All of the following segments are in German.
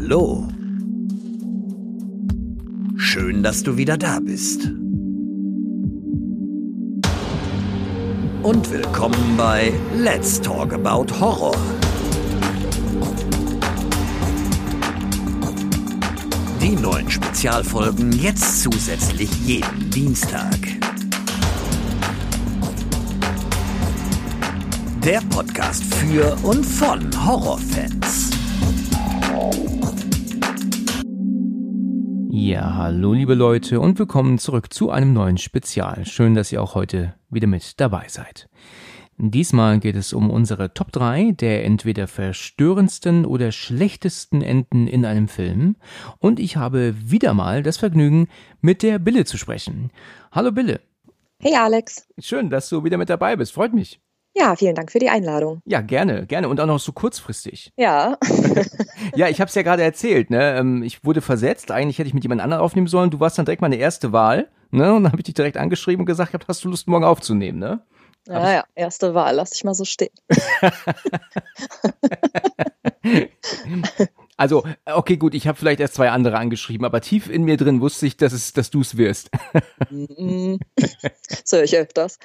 Hallo. Schön, dass du wieder da bist. Und willkommen bei Let's Talk About Horror. Die neuen Spezialfolgen jetzt zusätzlich jeden Dienstag. Der Podcast für und von Horrorfans. Ja, hallo liebe Leute und willkommen zurück zu einem neuen Spezial. Schön, dass ihr auch heute wieder mit dabei seid. Diesmal geht es um unsere Top 3 der entweder verstörendsten oder schlechtesten Enden in einem Film. Und ich habe wieder mal das Vergnügen, mit der Bille zu sprechen. Hallo Bille. Hey Alex. Schön, dass du wieder mit dabei bist. Freut mich. Ja, vielen Dank für die Einladung. Ja, gerne und auch noch so kurzfristig. Ja. Ja, ich habe es ja gerade erzählt, ne? Ich wurde versetzt, eigentlich hätte ich mit jemand anderem aufnehmen sollen. Du warst dann direkt meine erste Wahl, ne? Und dann habe ich dich direkt angeschrieben und gesagt, hast du Lust, morgen aufzunehmen, ne? Ja, erste Wahl, lass dich mal so stehen. Also, okay, gut, ich habe vielleicht erst 2 andere angeschrieben, aber tief in mir drin wusste ich, dass du es wirst. So höre ich öfters.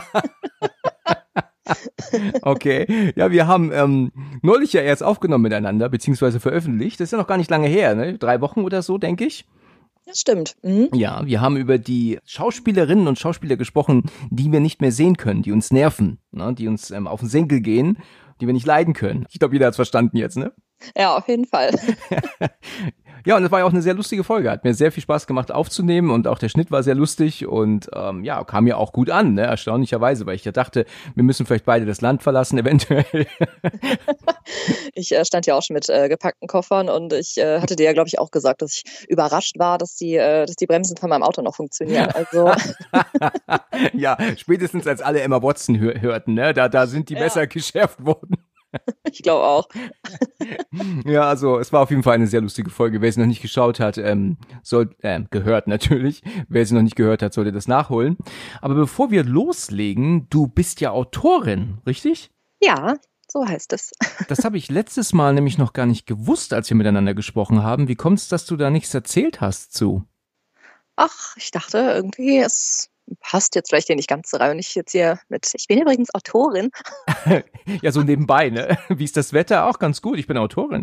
Okay, ja, wir haben neulich ja erst aufgenommen miteinander, beziehungsweise veröffentlicht. Das ist ja noch gar nicht lange her, ne? 3 Wochen oder so, denke ich. Ja, stimmt. Mhm. Ja, wir haben über die Schauspielerinnen und Schauspieler gesprochen, die wir nicht mehr sehen können, die uns nerven, ne? Die uns auf den Senkel gehen, die wir nicht leiden können. Ich glaube, jeder hat's verstanden jetzt, ne? Ja, auf jeden Fall. Ja, und es war ja auch eine sehr lustige Folge. Hat mir sehr viel Spaß gemacht aufzunehmen und auch der Schnitt war sehr lustig und ja, kam ja auch gut an, ne? Erstaunlicherweise, weil ich ja dachte, wir müssen vielleicht beide das Land verlassen, eventuell. Ich stand ja auch schon mit gepackten Koffern und ich hatte dir ja, glaube ich, auch gesagt, dass ich überrascht war, dass die Bremsen von meinem Auto noch funktionieren. Also Ja, spätestens als alle Emma Watson hörten, ne? Da sind die Messer geschärft worden. Ich glaube auch. Ja, also es war auf jeden Fall eine sehr lustige Folge. Wer sie noch nicht geschaut hat, gehört natürlich. Wer sie noch nicht gehört hat, sollte das nachholen. Aber bevor wir loslegen, du bist ja Autorin, richtig? Ja, so heißt es. Das habe ich letztes Mal nämlich noch gar nicht gewusst, als wir miteinander gesprochen haben. Wie kommt es, dass du da nichts erzählt hast zu? Ach, ich dachte irgendwie, es passt jetzt vielleicht hier nicht ganz rein. Und ich jetzt hier ich bin übrigens Autorin. Ja, so nebenbei, ne? Wie ist das Wetter? Auch ganz gut, ich bin Autorin.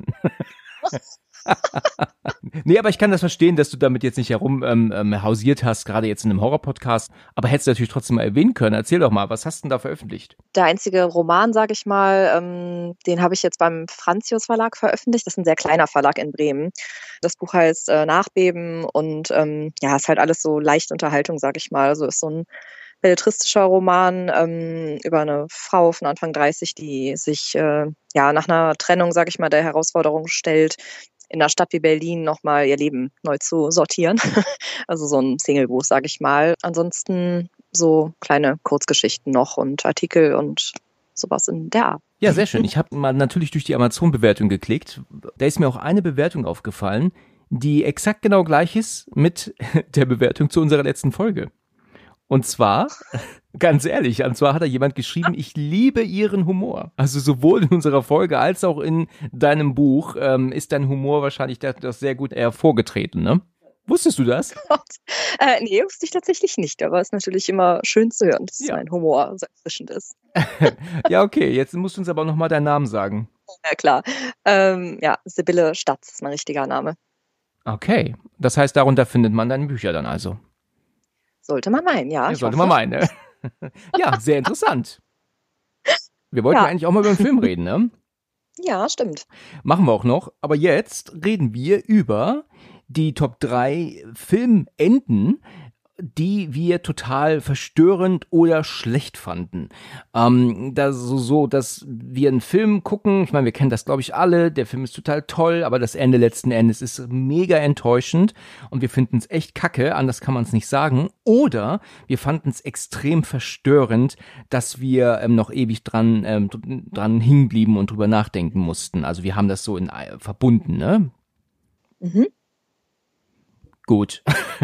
Nee, aber ich kann das verstehen, dass du damit jetzt nicht hausiert hast, gerade jetzt in einem Horror-Podcast. Aber hättest du natürlich trotzdem mal erwähnen können. Erzähl doch mal, was hast du denn da veröffentlicht? Der einzige Roman, sage ich mal, den habe ich jetzt beim Franzius Verlag veröffentlicht. Das ist ein sehr kleiner Verlag in Bremen. Das Buch heißt Nachbeben und ja, ist halt alles so leicht Unterhaltung, sage ich mal. Also ist so ein belletristischer Roman über eine Frau von Anfang 30, die sich ja nach einer Trennung, sage ich mal, der Herausforderung stellt, in einer Stadt wie Berlin nochmal ihr Leben neu zu sortieren. Also so ein Singlebuch, sage ich mal. Ansonsten so kleine Kurzgeschichten noch und Artikel und sowas in der Art. Ja, sehr schön. Ich habe mal natürlich durch die Amazon-Bewertung geklickt. Da ist mir auch eine Bewertung aufgefallen, die exakt genau gleich ist mit der Bewertung zu unserer letzten Folge. Und zwar, ganz ehrlich, und zwar hat da jemand geschrieben, ich liebe Ihren Humor. Also sowohl in unserer Folge als auch in deinem Buch ist dein Humor wahrscheinlich das sehr gut hervorgetreten, ne? Wusstest du das? Nee, wusste ich tatsächlich nicht, aber es ist natürlich immer schön zu hören, dass mein Humor so erfrischend ist. Ja, okay, jetzt musst du uns aber nochmal deinen Namen sagen. Ja, klar. Ja, Sibylle Statz ist mein richtiger Name. Okay, das heißt, darunter findet man deine Bücher dann also. Sollte man meinen, ja. Sollte man meinen, ne? Ja, sehr interessant. Wir wollten eigentlich auch mal über den Film reden, ne? Ja, stimmt. Machen wir auch noch. Aber jetzt reden wir über die Top 3 Filmenden, die wir total verstörend oder schlecht fanden. Dass wir einen Film gucken, ich meine, wir kennen das, glaube ich, alle, der Film ist total toll, aber das Ende letzten Endes ist mega enttäuschend und wir finden es echt kacke, anders kann man es nicht sagen. Oder wir fanden es extrem verstörend, dass wir noch ewig dran hängen blieben und drüber nachdenken mussten. Also wir haben das so verbunden, ne? Mhm. Gut.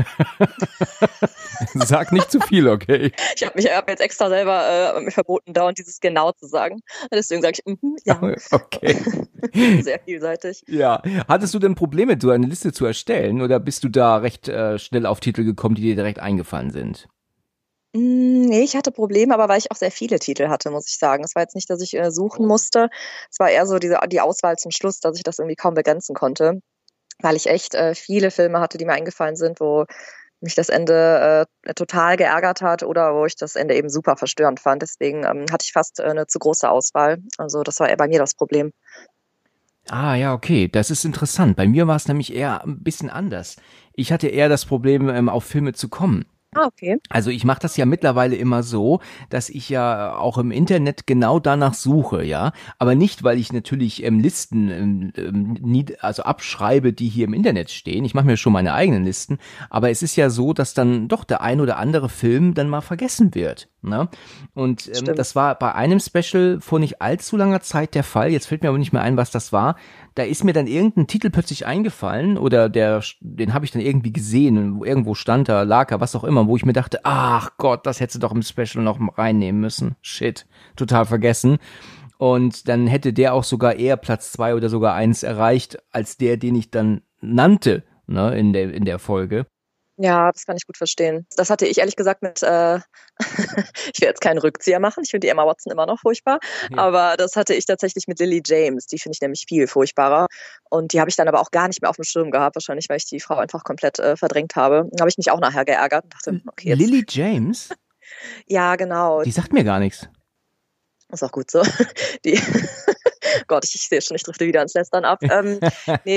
Sag nicht zu viel, okay? Ich habe mir jetzt extra selber mir verboten, dauernd dieses genau zu sagen. Deswegen sage ich, ja. Okay. Sehr vielseitig. Ja. Hattest du denn Probleme, so eine Liste zu erstellen oder bist du da recht schnell auf Titel gekommen, die dir direkt eingefallen sind? Nee, ich hatte Probleme, aber weil ich auch sehr viele Titel hatte, muss ich sagen. Es war jetzt nicht, dass ich suchen musste. Es war eher so die Auswahl zum Schluss, dass ich das irgendwie kaum begrenzen konnte, weil ich echt viele Filme hatte, die mir eingefallen sind, wo mich das Ende total geärgert hat oder wo ich das Ende eben super verstörend fand. Deswegen hatte ich fast eine zu große Auswahl. Also das war eher bei mir das Problem. Ah, ja, okay. Das ist interessant. Bei mir war es nämlich eher ein bisschen anders. Ich hatte eher das Problem, auf Filme zu kommen. Ah, okay. Also ich mache das ja mittlerweile immer so, dass ich ja auch im Internet genau danach suche, ja. Aber nicht, weil ich natürlich Listen also abschreibe, die hier im Internet stehen. Ich mache mir schon meine eigenen Listen. Aber es ist ja so, dass dann doch der ein oder andere Film dann mal vergessen wird. Ne? Und das war bei einem Special vor nicht allzu langer Zeit der Fall. Jetzt fällt mir aber nicht mehr ein, was das war. Da ist mir dann irgendein Titel plötzlich eingefallen oder den habe ich dann irgendwie gesehen, irgendwo stand da, lag er, was auch immer, wo ich mir dachte, ach Gott, das hättest du doch im Special noch reinnehmen müssen. Shit, total vergessen. Und dann hätte der auch sogar eher Platz 2 oder sogar 1 erreicht, als der, den ich dann nannte, ne, in der Folge. Ja, das kann ich gut verstehen. Das hatte ich ehrlich gesagt mit, ich will jetzt keinen Rückzieher machen, ich finde die Emma Watson immer noch furchtbar, aber das hatte ich tatsächlich mit Lily James, die finde ich nämlich viel furchtbarer und die habe ich dann aber auch gar nicht mehr auf dem Schirm gehabt, wahrscheinlich, weil ich die Frau einfach komplett verdrängt habe. Da habe ich mich auch nachher geärgert und dachte, okay, jetzt. Lily James? Ja, genau. Die sagt mir gar nichts. Ist auch gut so. Die Gott, ich sehe schon, ich drifte wieder ins Lästern ab. Nee,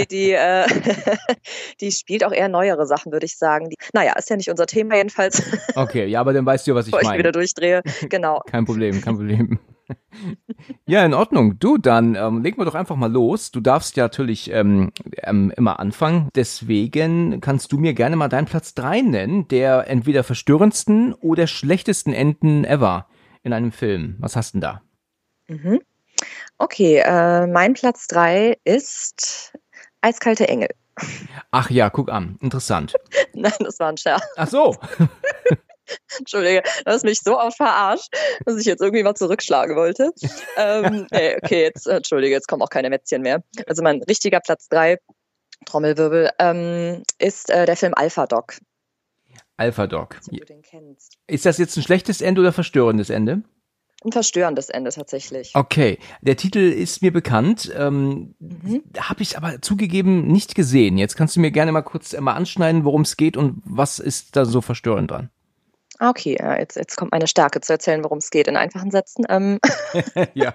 die spielt auch eher neuere Sachen, würde ich sagen. Naja, ist ja nicht unser Thema jedenfalls. Okay, ja, aber dann weißt du ja, was ich meine. Bevor ich wieder durchdrehe, genau. Kein Problem, kein Problem. Ja, in Ordnung. Du, dann legen wir doch einfach mal los. Du darfst ja natürlich immer anfangen. Deswegen kannst du mir gerne mal deinen Platz 3 nennen, der entweder verstörendsten oder schlechtesten Enden ever in einem Film. Was hast du denn da? Mhm. Okay, mein Platz 3 ist Eiskalte Engel. Ach ja, guck an. Interessant. Nein, das war ein Scherz. Ach so. Entschuldige, du hast mich so oft verarscht, dass ich jetzt irgendwie mal zurückschlagen wollte. Nee, okay, jetzt kommen auch keine Mätzchen mehr. Also mein richtiger Platz 3, Trommelwirbel, ist der Film Alpha Dog. Alpha Dog. Wenn du den kennst. Ist das jetzt ein schlechtes Ende oder verstörendes Ende? Ein verstörendes Ende tatsächlich. Okay, der Titel ist mir bekannt, habe ich aber zugegeben nicht gesehen. Jetzt kannst du mir gerne mal kurz anschneiden, worum es geht und was ist da so verstörend dran. Okay, jetzt kommt meine Stärke zu erzählen, worum es geht in einfachen Sätzen. Ja.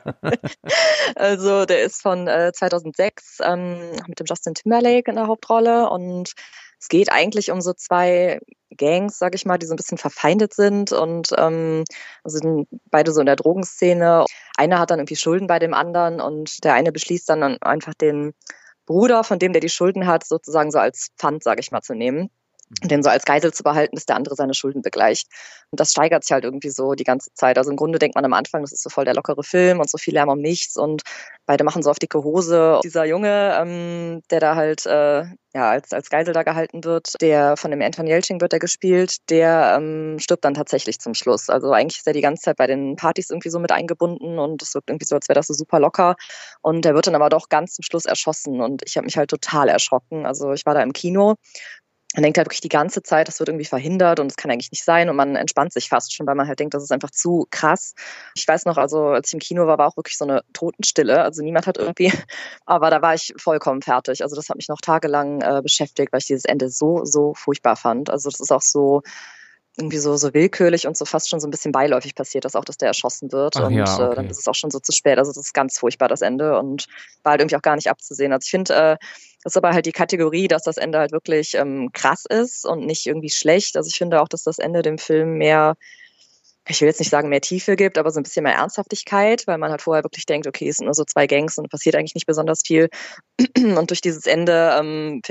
Also der ist von 2006 mit dem Justin Timberlake in der Hauptrolle und es geht eigentlich um so zwei Gangs, sag ich mal, die so ein bisschen verfeindet sind und also sind beide so in der Drogenszene. Einer hat dann irgendwie Schulden bei dem anderen und der eine beschließt dann einfach den Bruder von dem, der die Schulden hat, sozusagen so als Pfand, sag ich mal, zu nehmen. Und den so als Geisel zu behalten, bis der andere seine Schulden begleicht. Und das steigert sich halt irgendwie so die ganze Zeit. Also im Grunde denkt man am Anfang, das ist so voll der lockere Film und so viel Lärm um nichts und beide machen so auf dicke Hose. Dieser Junge, der da halt als Geisel da gehalten wird, der von dem Anton Yelchin wird der gespielt, der stirbt dann tatsächlich zum Schluss. Also eigentlich ist er die ganze Zeit bei den Partys irgendwie so mit eingebunden und es wirkt irgendwie so, als wäre das so super locker. Und der wird dann aber doch ganz zum Schluss erschossen und ich habe mich halt total erschrocken. Also ich war da im Kino. Man denkt halt wirklich die ganze Zeit, das wird irgendwie verhindert und es kann eigentlich nicht sein und man entspannt sich fast schon, weil man halt denkt, das ist einfach zu krass. Ich weiß noch, also als ich im Kino war auch wirklich so eine Totenstille, also niemand hat irgendwie, aber da war ich vollkommen fertig. Also das hat mich noch tagelang beschäftigt, weil ich dieses Ende so furchtbar fand. Also das ist auch so irgendwie so willkürlich und so fast schon so ein bisschen beiläufig passiert, dass der erschossen wird. Ach und ja, okay. Dann ist es auch schon so zu spät. Also das ist ganz furchtbar, das Ende. Und war halt irgendwie auch gar nicht abzusehen. Also ich finde, das ist aber halt die Kategorie, dass das Ende halt wirklich krass ist und nicht irgendwie schlecht. Also ich finde auch, dass das Ende dem Film mehr, ich will jetzt nicht sagen mehr Tiefe gibt, aber so ein bisschen mehr Ernsthaftigkeit, weil man halt vorher wirklich denkt, okay, es sind nur so zwei Gangs und passiert eigentlich nicht besonders viel. Und durch dieses Ende, finde ich,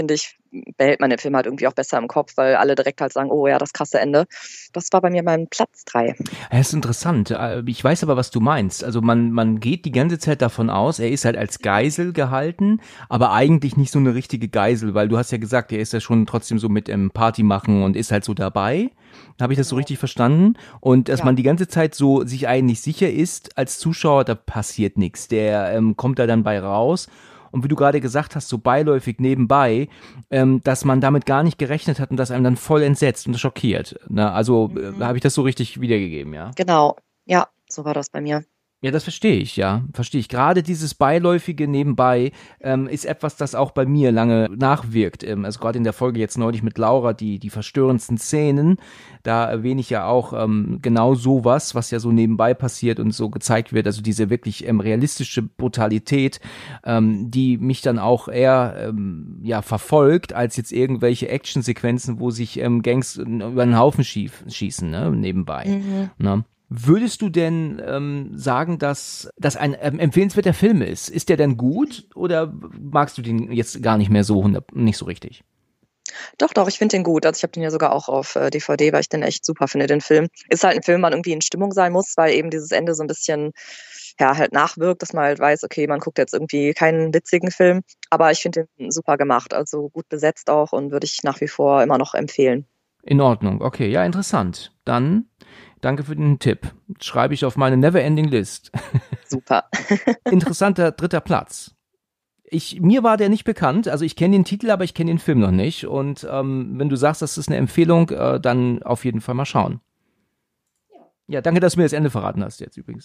behält man den Film halt irgendwie auch besser im Kopf, weil alle direkt halt sagen, oh ja, das krasse Ende. Das war bei mir mein Platz 3. Das ist interessant. Ich weiß aber, was du meinst. Also man geht die ganze Zeit davon aus, er ist halt als Geisel gehalten, aber eigentlich nicht so eine richtige Geisel, weil du hast ja gesagt, er ist ja schon trotzdem so mit Party machen und ist halt so dabei. Habe ich das so richtig verstanden? Und dass man die ganze Zeit so sich eigentlich sicher ist als Zuschauer, da passiert nichts. Der kommt da dann bei raus. Und wie du gerade gesagt hast, so beiläufig nebenbei, dass man damit gar nicht gerechnet hat und das einem dann voll entsetzt und schockiert. Na, also habe ich das so richtig wiedergegeben, ja? Genau, ja, so war das bei mir. Ja, das verstehe ich, ja. Verstehe ich. Gerade dieses beiläufige nebenbei ist etwas, das auch bei mir lange nachwirkt. Also gerade in der Folge jetzt neulich mit Laura, die verstörendsten Szenen, da erwähne ich ja auch genau sowas, was ja so nebenbei passiert und so gezeigt wird. Also diese wirklich realistische Brutalität, die mich dann auch eher verfolgt, als jetzt irgendwelche Actionsequenzen, wo sich Gangs über einen Haufen schießen, ne, nebenbei. Ne? Würdest du denn sagen, dass das ein empfehlenswerter Film ist? Ist der denn gut oder magst du den jetzt gar nicht mehr so nicht so richtig? Doch, ich finde den gut. Also ich habe den ja sogar auch auf DVD, weil ich den echt super finde, den Film. Ist halt ein Film, man irgendwie in Stimmung sein muss, weil eben dieses Ende so ein bisschen halt nachwirkt, dass man halt weiß, okay, man guckt jetzt irgendwie keinen witzigen Film. Aber ich finde den super gemacht, also gut besetzt auch und würde ich nach wie vor immer noch empfehlen. In Ordnung, okay, ja, interessant. Dann danke für den Tipp. Schreibe ich auf meine Neverending List. Super. Interessanter 3. Platz. Mir war der nicht bekannt, also ich kenne den Titel, aber ich kenne den Film noch nicht. Und wenn du sagst, das ist eine Empfehlung, dann auf jeden Fall mal schauen. Ja, danke, dass du mir das Ende verraten hast jetzt übrigens.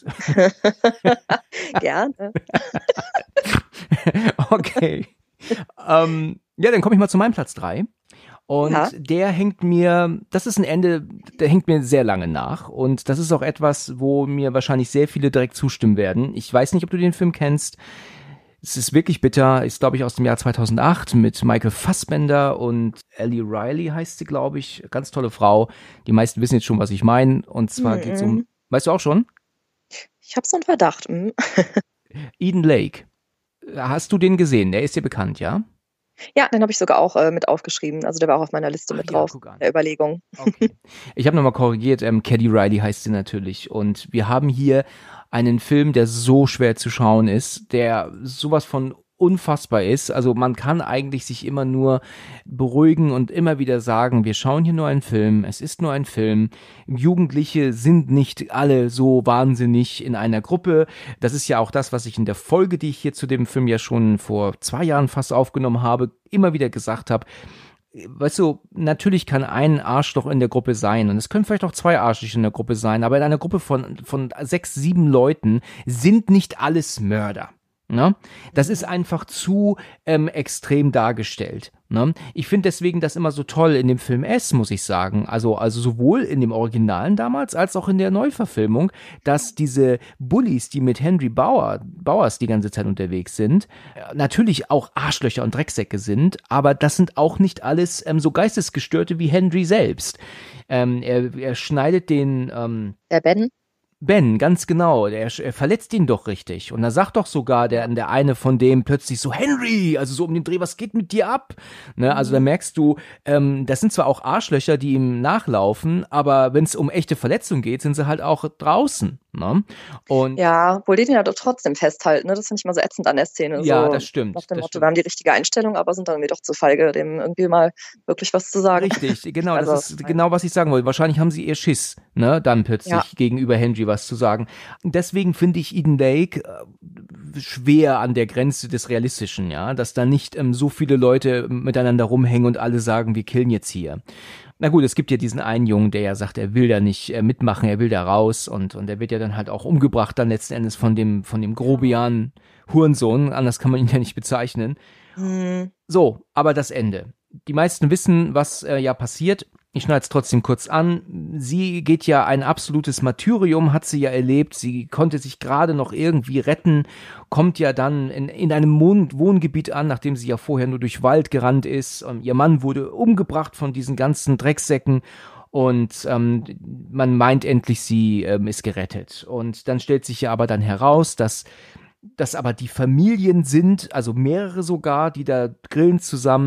Gerne. Okay. Ja, dann komme ich mal zu meinem Platz 3. Und der hängt mir, das ist ein Ende, der hängt mir sehr lange nach. Und das ist auch etwas, wo mir wahrscheinlich sehr viele direkt zustimmen werden. Ich weiß nicht, ob du den Film kennst. Es ist wirklich bitter, ist, glaube ich, aus dem Jahr 2008 mit Michael Fassbender und Ellie Riley heißt sie, glaube ich. Ganz tolle Frau. Die meisten wissen jetzt schon, was ich meine. Und zwar geht es um, weißt du auch schon? Ich habe so einen Verdacht. Eden Lake. Hast du den gesehen? Der ist dir bekannt, ja? Ja, den habe ich sogar auch mit aufgeschrieben. Also der war auch auf meiner Liste mit drauf, der Überlegung. Okay. Ich habe nochmal korrigiert, Caddy Riley heißt sie natürlich. Und wir haben hier einen Film, der so schwer zu schauen ist, der sowas von unfassbar ist. Also man kann eigentlich sich immer nur beruhigen und immer wieder sagen, wir schauen hier nur einen Film, es ist nur ein Film. Jugendliche sind nicht alle so wahnsinnig in einer Gruppe. Das ist ja auch das, was ich in der Folge, die ich hier zu dem Film ja schon vor 2 Jahren fast aufgenommen habe, immer wieder gesagt habe. Weißt du, natürlich kann ein Arschloch in der Gruppe sein und es können vielleicht auch 2 Arschlöcher in der Gruppe sein, aber in einer Gruppe von 6, 7 Leuten sind nicht alles Mörder. Ne? Das ist einfach zu extrem dargestellt. Ne? Ich finde deswegen das immer so toll in dem Film S, muss ich sagen. Also sowohl in dem Originalen damals als auch in der Neuverfilmung, dass diese Bullies, die mit Henry Bowers die ganze Zeit unterwegs sind, natürlich auch Arschlöcher und Drecksäcke sind, aber das sind auch nicht alles so Geistesgestörte wie Henry selbst. Er schneidet den Der Ben, ganz genau, er verletzt ihn doch richtig. Und da sagt doch sogar der eine von dem plötzlich so, Henry, also so um den Dreh, was geht mit dir ab? Ne, also da merkst du, das sind zwar auch Arschlöcher, die ihm nachlaufen, aber wenn es um echte Verletzungen geht, sind sie halt auch draußen. Ne? Und ja, wohl den ja doch trotzdem festhalten, ne? Das finde ich mal so ätzend an der Szene. Ja, so das stimmt. Nach dem Motto, wir haben die richtige Einstellung, aber sind dann irgendwie doch zu feige, dem irgendwie mal wirklich was zu sagen. Richtig, genau, das ist genau, was ich sagen wollte. Wahrscheinlich haben sie eher Schiss, ne, dann plötzlich gegenüber Henry was zu sagen. Deswegen finde ich Eden Lake schwer an der Grenze des Realistischen, ja, dass da nicht so viele Leute miteinander rumhängen und alle sagen, wir killen jetzt hier. Na gut, es gibt ja diesen einen Jungen, der ja sagt, er will da nicht mitmachen, er will da raus und er wird ja dann halt auch umgebracht dann letzten Endes von dem Grobian Hurensohn, anders kann man ihn ja nicht bezeichnen. So, aber das Ende. Die meisten wissen, was ja passiert. Ich schneide es trotzdem kurz an. Sie geht ja ein absolutes Martyrium, hat sie ja erlebt. Sie konnte sich gerade noch irgendwie retten, kommt ja dann in einem Wohngebiet an, nachdem sie ja vorher nur durch Wald gerannt ist. Ihr Mann wurde umgebracht von diesen ganzen Drecksäcken. Und man meint endlich, sie ist gerettet. Und dann stellt sich ja aber dann heraus, dass aber die Familien sind, also mehrere sogar, die da grillen zusammen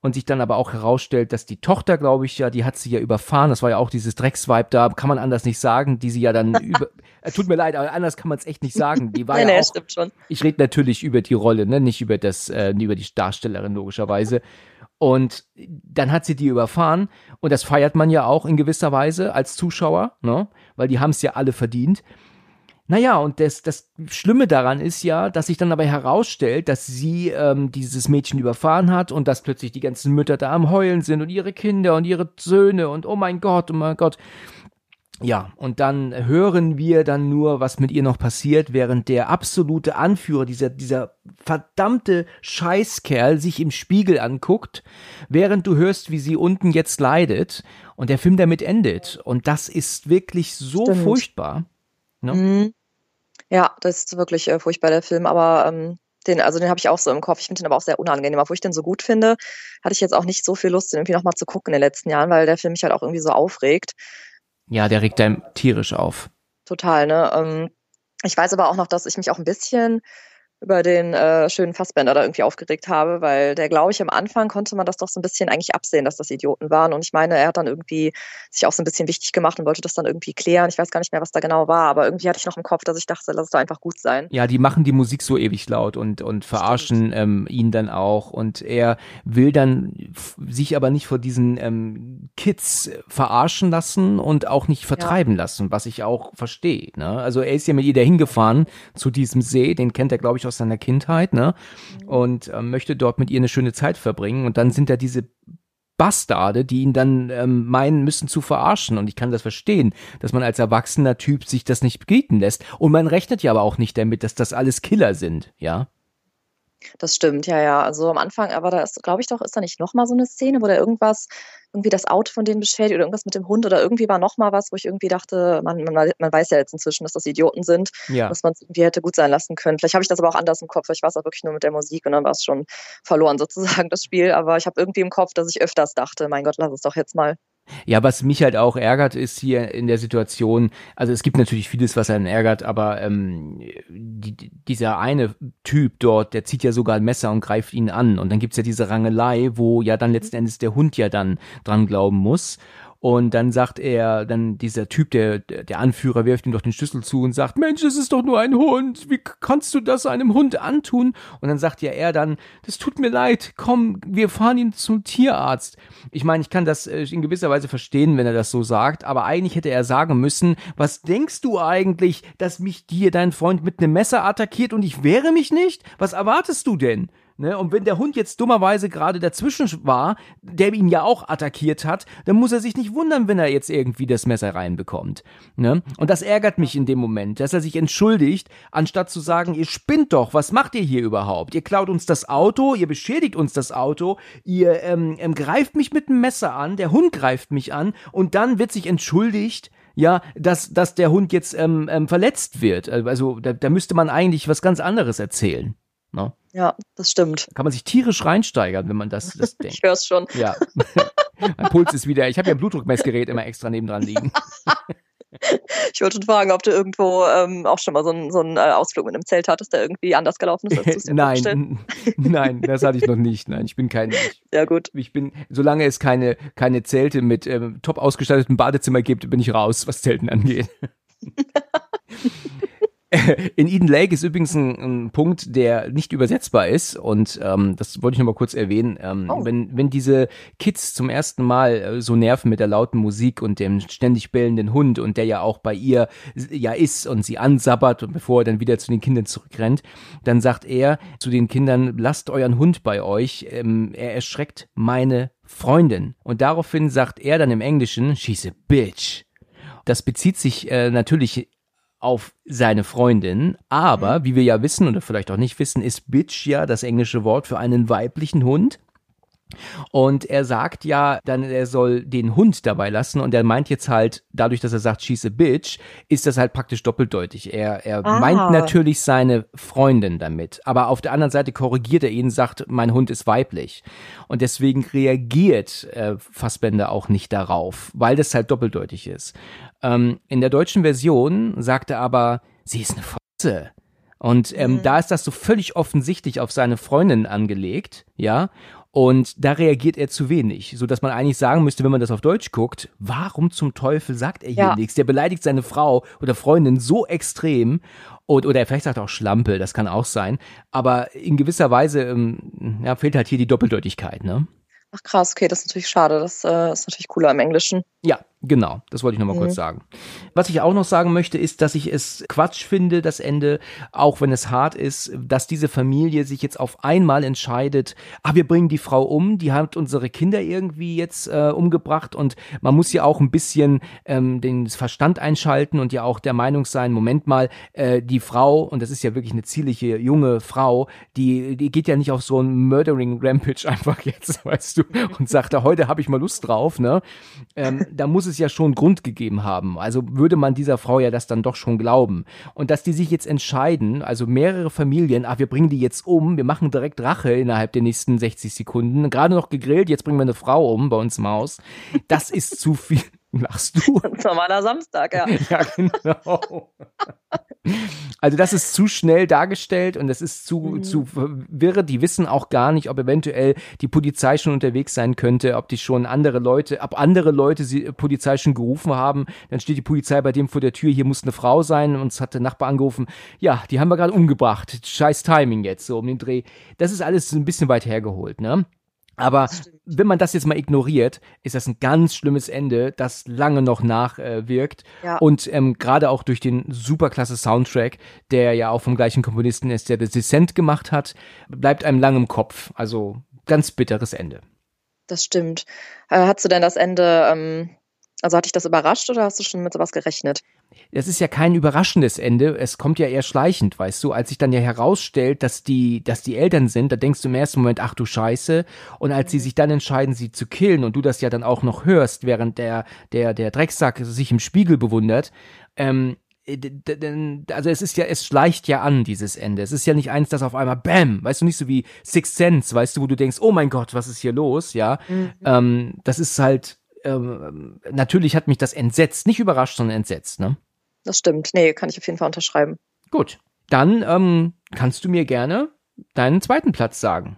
und sich dann aber auch herausstellt, dass die Tochter, glaube ich, ja, die hat sie ja überfahren, das war ja auch dieses Drecksvibe da, kann man anders nicht sagen, die sie ja dann tut mir leid, aber anders kann man es echt nicht sagen, die war ja auch, stimmt schon. ich rede natürlich über die Rolle, ne, nicht über über die Darstellerin logischerweise. Und dann hat sie die überfahren und das feiert man ja auch in gewisser Weise als Zuschauer, ne? Weil die haben es ja alle verdient. Naja, und das Schlimme daran ist ja, dass sich dann aber herausstellt, dass sie dieses Mädchen überfahren hat und dass plötzlich die ganzen Mütter da am Heulen sind und ihre Kinder und ihre Söhne und oh mein Gott, oh mein Gott. Ja, und dann hören wir dann nur, was mit ihr noch passiert, während der absolute Anführer, dieser verdammte Scheißkerl sich im Spiegel anguckt, während du hörst, wie sie unten jetzt leidet und der Film damit endet. Und das ist wirklich so furchtbar. Ne? Ja, das ist wirklich furchtbar, der Film, aber den habe ich auch so im Kopf. Ich finde den aber auch sehr unangenehm. Obwohl ich den so gut finde, hatte ich jetzt auch nicht so viel Lust, den irgendwie nochmal zu gucken in den letzten Jahren, weil der Film mich halt auch irgendwie so aufregt. Ja, der regt einem tierisch auf. Total, ne? Ich weiß aber auch noch, dass ich mich auch ein bisschen über den schönen Fassbender da irgendwie aufgeregt habe, weil der, glaube ich, am Anfang konnte man das doch so ein bisschen eigentlich absehen, dass das Idioten waren. Und ich meine, er hat dann irgendwie sich auch so ein bisschen wichtig gemacht und wollte das dann irgendwie klären. Ich weiß gar nicht mehr, was da genau war, aber irgendwie hatte ich noch im Kopf, dass ich dachte, lass es doch einfach gut sein. Ja, die machen die Musik so ewig laut und verarschen ihn dann auch. Und er will dann sich aber nicht vor diesen Kids verarschen lassen und auch nicht vertreiben lassen, was ich auch verstehe. Ne? Also er ist ja mit ihr dahin gefahren zu diesem See, den kennt er, glaube ich, aus seiner Kindheit, ne? Und möchte dort mit ihr eine schöne Zeit verbringen. Und dann sind da diese Bastarde, die ihn dann meinen müssen zu verarschen. Und ich kann das verstehen, dass man als erwachsener Typ sich das nicht bieten lässt. Und man rechnet ja aber auch nicht damit, dass das alles Killer sind, ja? Das stimmt, ja. Also am Anfang, aber da ist, glaube ich doch, ist da nicht nochmal so eine Szene, wo der irgendwie das Auto von denen beschädigt oder irgendwas mit dem Hund oder irgendwie war nochmal was, wo ich irgendwie dachte, man weiß ja jetzt inzwischen, dass das Idioten sind, dass man es irgendwie hätte gut sein lassen können. Vielleicht habe ich das aber auch anders im Kopf, ich war es auch wirklich nur mit der Musik und dann war es schon verloren sozusagen, das Spiel. Aber ich habe irgendwie im Kopf, dass ich öfters dachte, mein Gott, lass es doch jetzt mal. Ja, was mich halt auch ärgert, ist hier in der Situation, also es gibt natürlich vieles, was einen ärgert, aber dieser eine Typ dort, der zieht ja sogar ein Messer und greift ihn an. Und dann gibt's ja diese Rangelei, wo ja dann letzten Endes der Hund ja dann dran glauben muss. Und dann sagt er, dann dieser Typ, der Anführer, wirft ihm doch den Schlüssel zu und sagt, Mensch, das ist doch nur ein Hund, wie kannst du das einem Hund antun? Und dann sagt ja er dann, das tut mir leid, komm, wir fahren ihn zum Tierarzt. Ich meine, ich kann das in gewisser Weise verstehen, wenn er das so sagt, aber eigentlich hätte er sagen müssen, was denkst du eigentlich, dass mich dein Freund mit einem Messer attackiert und ich wehre mich nicht? Was erwartest du denn? Ne? Und wenn der Hund jetzt dummerweise gerade dazwischen war, der ihn ja auch attackiert hat, dann muss er sich nicht wundern, wenn er jetzt irgendwie das Messer reinbekommt. Ne? Und das ärgert mich in dem Moment, dass er sich entschuldigt, anstatt zu sagen, ihr spinnt doch, was macht ihr hier überhaupt? Ihr klaut uns das Auto, ihr beschädigt uns das Auto, ihr greift mich mit dem Messer an, der Hund greift mich an und dann wird sich entschuldigt, ja, dass der Hund jetzt verletzt wird. Also da müsste man eigentlich was ganz anderes erzählen. No? Ja, das stimmt. Kann man sich tierisch reinsteigern, wenn man das denkt. Ich höre es schon. Ja. Mein Puls ist wieder, ich habe ja ein Blutdruckmessgerät immer extra nebendran liegen. Ich wollte schon fragen, ob du irgendwo auch schon mal so einen Ausflug mit einem Zelt hattest, der irgendwie anders gelaufen ist, als du es dir vorgestellt hast. Nein, das hatte ich noch nicht. Nein, ich bin kein Ja, gut. Solange es keine Zelte mit top ausgestattetem Badezimmer gibt, bin ich raus, was Zelten angeht. In Eden Lake ist übrigens ein Punkt, der nicht übersetzbar ist und das wollte ich noch mal kurz erwähnen. Wenn diese Kids zum ersten Mal so nerven mit der lauten Musik und dem ständig bellenden Hund und der ja auch bei ihr ja ist und sie ansabbert und bevor er dann wieder zu den Kindern zurückrennt, dann sagt er zu den Kindern, lasst euren Hund bei euch, er erschreckt meine Freundin. Und daraufhin sagt er dann im Englischen, she's a bitch. Das bezieht sich natürlich auf seine Freundin, aber wie wir ja wissen oder vielleicht auch nicht wissen, ist Bitch ja das englische Wort für einen weiblichen Hund. Und er sagt ja dann, er soll den Hund dabei lassen und er meint jetzt halt, dadurch, dass er sagt, she's a bitch, ist das halt praktisch doppeldeutig. Er meint natürlich seine Freundin damit, aber auf der anderen Seite korrigiert er ihn, sagt, mein Hund ist weiblich. Und deswegen reagiert Fassbender auch nicht darauf, weil das halt doppeldeutig ist. In der deutschen Version sagt er aber, sie ist eine Fotze. Und da ist das so völlig offensichtlich auf seine Freundin angelegt, ja. Und da reagiert er zu wenig, sodass man eigentlich sagen müsste, wenn man das auf Deutsch guckt, warum zum Teufel sagt er hier nichts? Der beleidigt seine Frau oder Freundin so extrem oder er vielleicht sagt auch Schlampe, das kann auch sein, aber in gewisser Weise fehlt halt hier die Doppeldeutigkeit, ne? Ach krass, okay, das ist natürlich schade, das ist natürlich cooler im Englischen. Ja, genau, das wollte ich nochmal kurz sagen. Was ich auch noch sagen möchte, ist, dass ich es Quatsch finde, das Ende, auch wenn es hart ist, dass diese Familie sich jetzt auf einmal entscheidet, wir bringen die Frau um, die hat unsere Kinder irgendwie jetzt umgebracht und man muss ja auch ein bisschen den Verstand einschalten und ja auch der Meinung sein, Moment mal, die Frau, und das ist ja wirklich eine zierliche junge Frau, die geht ja nicht auf so ein Murdering Rampage einfach jetzt, weißt du, und sagt, heute habe ich mal Lust drauf, ne? Da muss es ja schon Grund gegeben haben. Also würde man dieser Frau ja das dann doch schon glauben. Und dass die sich jetzt entscheiden, also mehrere Familien, wir bringen die jetzt um, wir machen direkt Rache innerhalb der nächsten 60 Sekunden, gerade noch gegrillt, jetzt bringen wir eine Frau um bei uns im Haus. Das ist zu viel. Lachst du? Ein normaler Samstag, ja. Ja, genau. Also das ist zu schnell dargestellt und das ist zu wirre. Die wissen auch gar nicht, ob eventuell die Polizei schon unterwegs sein könnte, ob andere Leute Polizei schon gerufen haben. Dann steht die Polizei bei dem vor der Tür, hier muss eine Frau sein. Uns hat der Nachbar angerufen, ja, die haben wir gerade umgebracht. Scheiß Timing jetzt, so um den Dreh. Das ist alles ein bisschen weit hergeholt, ne? Aber wenn man das jetzt mal ignoriert, ist das ein ganz schlimmes Ende, das lange noch nachwirkt. Ja. Und gerade auch durch den superklasse Soundtrack, der ja auch vom gleichen Komponisten ist, der The Descent gemacht hat, bleibt einem lang im Kopf. Also ganz bitteres Ende. Das stimmt. Hattest du denn das Ende, also hat dich das überrascht oder hast du schon mit sowas gerechnet? Das ist ja kein überraschendes Ende, es kommt ja eher schleichend, weißt du, als sich dann ja herausstellt, dass die Eltern sind, da denkst du im ersten Moment, ach du Scheiße, und als sie sich dann entscheiden, sie zu killen und du das ja dann auch noch hörst, während der Drecksack sich im Spiegel bewundert, also es schleicht ja an, dieses Ende. Es ist ja nicht eins, das auf einmal bam, weißt du, nicht so wie Sixth Sense, weißt du, wo du denkst, oh mein Gott, was ist hier los, ja, das ist halt, natürlich hat mich das entsetzt, nicht überrascht, sondern entsetzt, ne? Das stimmt. Nee, kann ich auf jeden Fall unterschreiben. Gut, dann kannst du mir gerne deinen zweiten Platz sagen.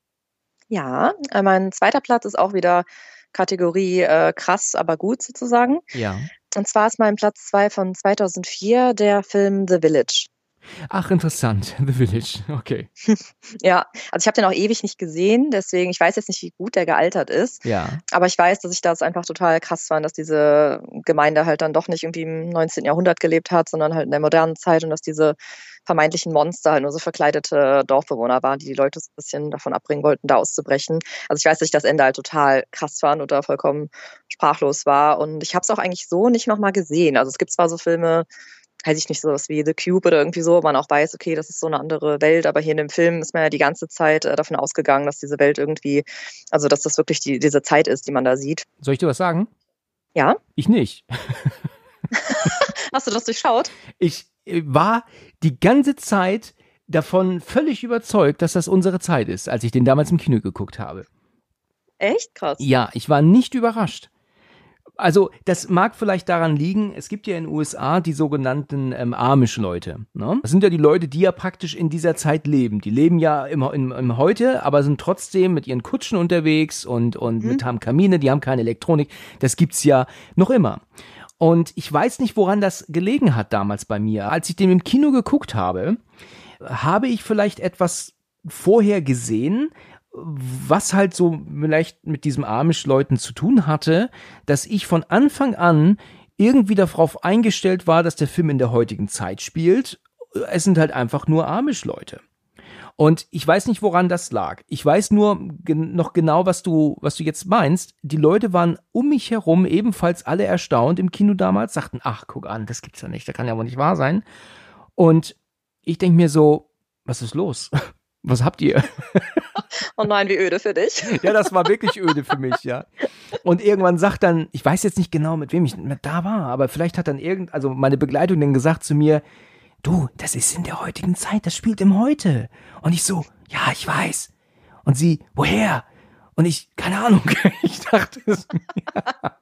Ja, mein zweiter Platz ist auch wieder Kategorie krass, aber gut sozusagen. Ja. Und zwar ist mein Platz 2 von 2004 der Film The Village. Ach, interessant. The Village, okay. Ja, also ich habe den auch ewig nicht gesehen, deswegen, ich weiß jetzt nicht, wie gut der gealtert ist. Ja. Aber ich weiß, dass ich das einfach total krass fand, dass diese Gemeinde halt dann doch nicht irgendwie im 19. Jahrhundert gelebt hat, sondern halt in der modernen Zeit und dass diese vermeintlichen Monster halt nur so verkleidete Dorfbewohner waren, die Leute so ein bisschen davon abbringen wollten, da auszubrechen. Also ich weiß, dass ich das Ende halt total krass fand und da vollkommen sprachlos war. Und ich habe es auch eigentlich so nicht nochmal gesehen. Also es gibt zwar so Filme, weiß ich nicht, sowas wie The Cube oder irgendwie so, wo man auch weiß, okay, das ist so eine andere Welt, aber hier in dem Film ist man ja die ganze Zeit davon ausgegangen, dass diese Welt irgendwie, also dass das wirklich diese Zeit ist, die man da sieht. Soll ich dir was sagen? Ja? Ich nicht. Hast du das durchschaut? Ich war die ganze Zeit davon völlig überzeugt, dass das unsere Zeit ist, als ich den damals im Kino geguckt habe. Echt? Krass. Ja, ich war nicht überrascht. Also, das mag vielleicht daran liegen, es gibt ja in den USA die sogenannten Amish-Leute. Ne? Das sind ja die Leute, die ja praktisch in dieser Zeit leben. Die leben ja im Heute, aber sind trotzdem mit ihren Kutschen unterwegs und haben Kamine, die haben keine Elektronik. Das gibt's ja noch immer. Und ich weiß nicht, woran das gelegen hat damals bei mir. Als ich den im Kino geguckt habe, habe ich vielleicht etwas vorher gesehen, was halt so vielleicht mit diesen Amish-Leuten zu tun hatte, dass ich von Anfang an irgendwie darauf eingestellt war, dass der Film in der heutigen Zeit spielt. Es sind halt einfach nur Amish-Leute. Und ich weiß nicht, woran das lag. Ich weiß nur noch genau, was du jetzt meinst. Die Leute waren um mich herum ebenfalls alle erstaunt im Kino damals, sagten, ach, guck an, das gibt's ja nicht, das kann ja wohl nicht wahr sein. Und ich denke mir so, was ist los? Was habt ihr? Oh nein, wie öde für dich. Ja, das war wirklich öde für mich, ja. Und irgendwann sagt dann, ich weiß jetzt nicht genau, mit wem ich da war, aber vielleicht hat dann also meine Begleitung dann gesagt zu mir, du, das ist in der heutigen Zeit, das spielt im Heute. Und ich so, ja, ich weiß. Und sie, woher? Und ich, keine Ahnung, ich dachte es mir.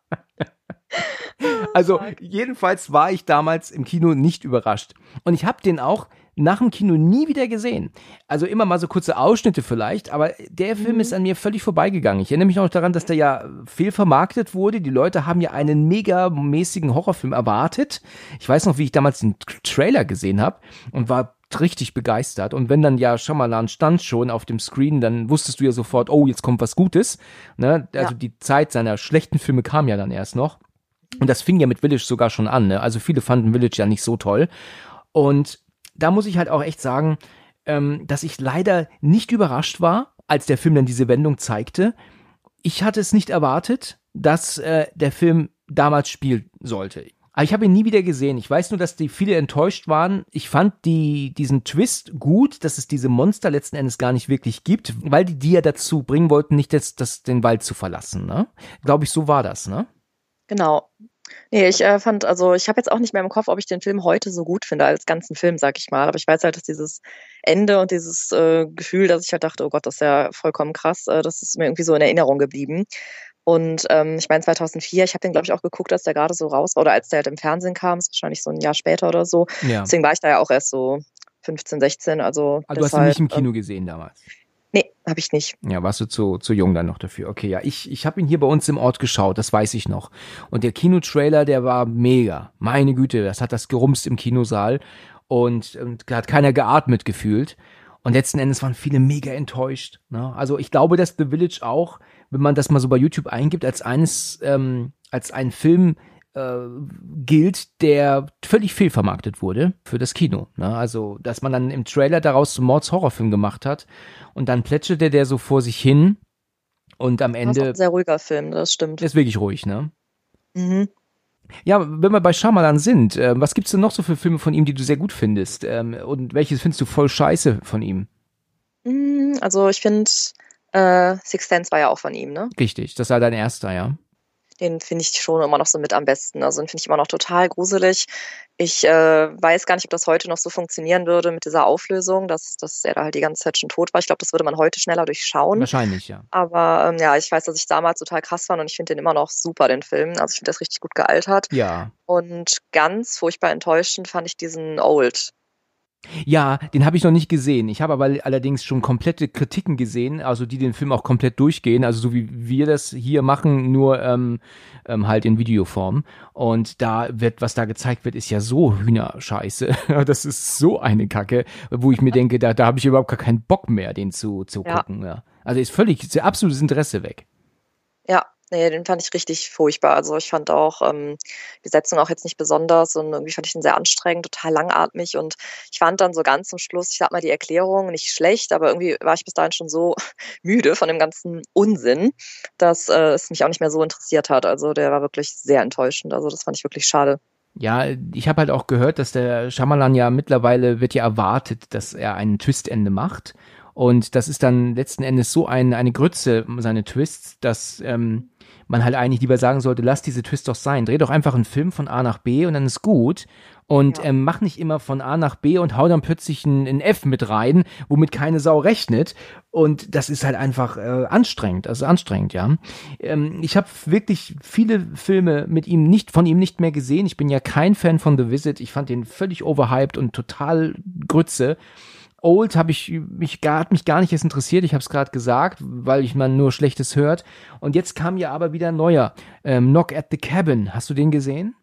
Also jedenfalls war ich damals im Kino nicht überrascht. Und ich habe den auch nach dem Kino nie wieder gesehen. Also immer mal so kurze Ausschnitte vielleicht, aber der Film ist an mir völlig vorbeigegangen. Ich erinnere mich noch daran, dass der ja fehlvermarktet wurde. Die Leute haben ja einen megamäßigen Horrorfilm erwartet. Ich weiß noch, wie ich damals den Trailer gesehen habe und war richtig begeistert. Und wenn dann ja Shyamalan stand schon auf dem Screen, dann wusstest du ja sofort, oh, jetzt kommt was Gutes. Ne? Also die Zeit seiner schlechten Filme kam ja dann erst noch. Und das fing ja mit Village sogar schon an. Ne? Also viele fanden Village ja nicht so toll. Und da muss ich halt auch echt sagen, dass ich leider nicht überrascht war, als der Film dann diese Wendung zeigte. Ich hatte es nicht erwartet, dass der Film damals spielen sollte. Aber ich habe ihn nie wieder gesehen. Ich weiß nur, dass die viele enttäuscht waren. Ich fand diesen Twist gut, dass es diese Monster letzten Endes gar nicht wirklich gibt, weil die ja dazu bringen wollten, nicht den Wald zu verlassen. Ne? Glaube ich, so war das, ne? Genau. Nee, ich fand, also ich habe jetzt auch nicht mehr im Kopf, ob ich den Film heute so gut finde als ganzen Film, sag ich mal. Aber ich weiß halt, dass dieses Ende und dieses Gefühl, dass ich halt dachte, oh Gott, das ist ja vollkommen krass, das ist mir irgendwie so in Erinnerung geblieben. Und ich meine 2004, ich habe den, glaube ich, auch geguckt, als der gerade so raus war oder als der halt im Fernsehen kam, ist wahrscheinlich so ein Jahr später oder so. Ja. Deswegen war ich da ja auch erst so 15, 16. Also du hast ihn nicht im Kino gesehen damals? Nee, habe ich nicht. Ja, warst du zu jung dann noch dafür. Okay, ja, ich habe ihn hier bei uns im Ort geschaut, das weiß ich noch. Und der Kinotrailer, der war mega. Meine Güte, das hat das gerumst im Kinosaal und hat keiner geatmet gefühlt. Und letzten Endes waren viele mega enttäuscht. Ne? Also ich glaube, dass The Village auch, wenn man das mal so bei YouTube eingibt, als ein Film gilt, der völlig fehlvermarktet wurde für das Kino. Ne? Also, dass man dann im Trailer daraus so einen Mords-Horrorfilm gemacht hat und dann plätscherte der so vor sich hin und am Ende... Das ist auch ein sehr ruhiger Film, das stimmt. Ist wirklich ruhig, ne? Mhm. Ja, wenn wir bei Shyamalan sind, was gibt's denn noch so für Filme von ihm, die du sehr gut findest? Und welches findest du voll scheiße von ihm? Also ich finde, Sixth Sense war ja auch von ihm, ne? Richtig, das war dein erster, ja. Den finde ich schon immer noch so mit am besten. Also den finde ich immer noch total gruselig. Ich weiß gar nicht, ob das heute noch so funktionieren würde mit dieser Auflösung, dass er da halt die ganze Zeit schon tot war. Ich glaube, das würde man heute schneller durchschauen. Wahrscheinlich, ja. Aber ja, ich weiß, dass ich damals total krass fand und ich finde den immer noch super, den Film. Also ich finde, der ist richtig gut gealtert. Ja. Und ganz furchtbar enttäuschend fand ich diesen Old. Ja, den habe ich noch nicht gesehen. Ich habe aber allerdings schon komplette Kritiken gesehen, also die den Film auch komplett durchgehen, also so wie wir das hier machen, nur halt in Videoform. Und da was da gezeigt wird, ist ja so Hühnerscheiße. Das ist so eine Kacke, wo ich mir denke, da habe ich überhaupt gar keinen Bock mehr, den zu gucken. Ja. Also ist absolutes Interesse weg. Ja. Nee, den fand ich richtig furchtbar. Also ich fand auch die Besetzung auch jetzt nicht besonders und irgendwie fand ich den sehr anstrengend, total langatmig und ich fand dann so ganz zum Schluss, ich sag mal, die Erklärung nicht schlecht, aber irgendwie war ich bis dahin schon so müde von dem ganzen Unsinn, dass es mich auch nicht mehr so interessiert hat. Also der war wirklich sehr enttäuschend. Also das fand ich wirklich schade. Ja, ich habe halt auch gehört, dass der Shyamalan ja mittlerweile wird ja erwartet, dass er ein Twistende macht. Und das ist dann letzten Endes so eine Grütze, seine Twists, dass man halt eigentlich lieber sagen sollte, lass diese Twist doch sein. Dreh doch einfach einen Film von A nach B und dann ist gut. Und mach nicht immer von A nach B und hau dann plötzlich ein F mit rein, womit keine Sau rechnet. Und das ist halt einfach anstrengend. Also anstrengend, ja. Ich habe wirklich viele Filme von ihm nicht mehr gesehen. Ich bin ja kein Fan von The Visit. Ich fand den völlig overhyped und total Grütze. Old hat mich gar nicht erst interessiert, ich habe es gerade gesagt, weil man nur Schlechtes hört. Und jetzt kam ja aber wieder ein neuer, Knock at the Cabin. Hast du den gesehen?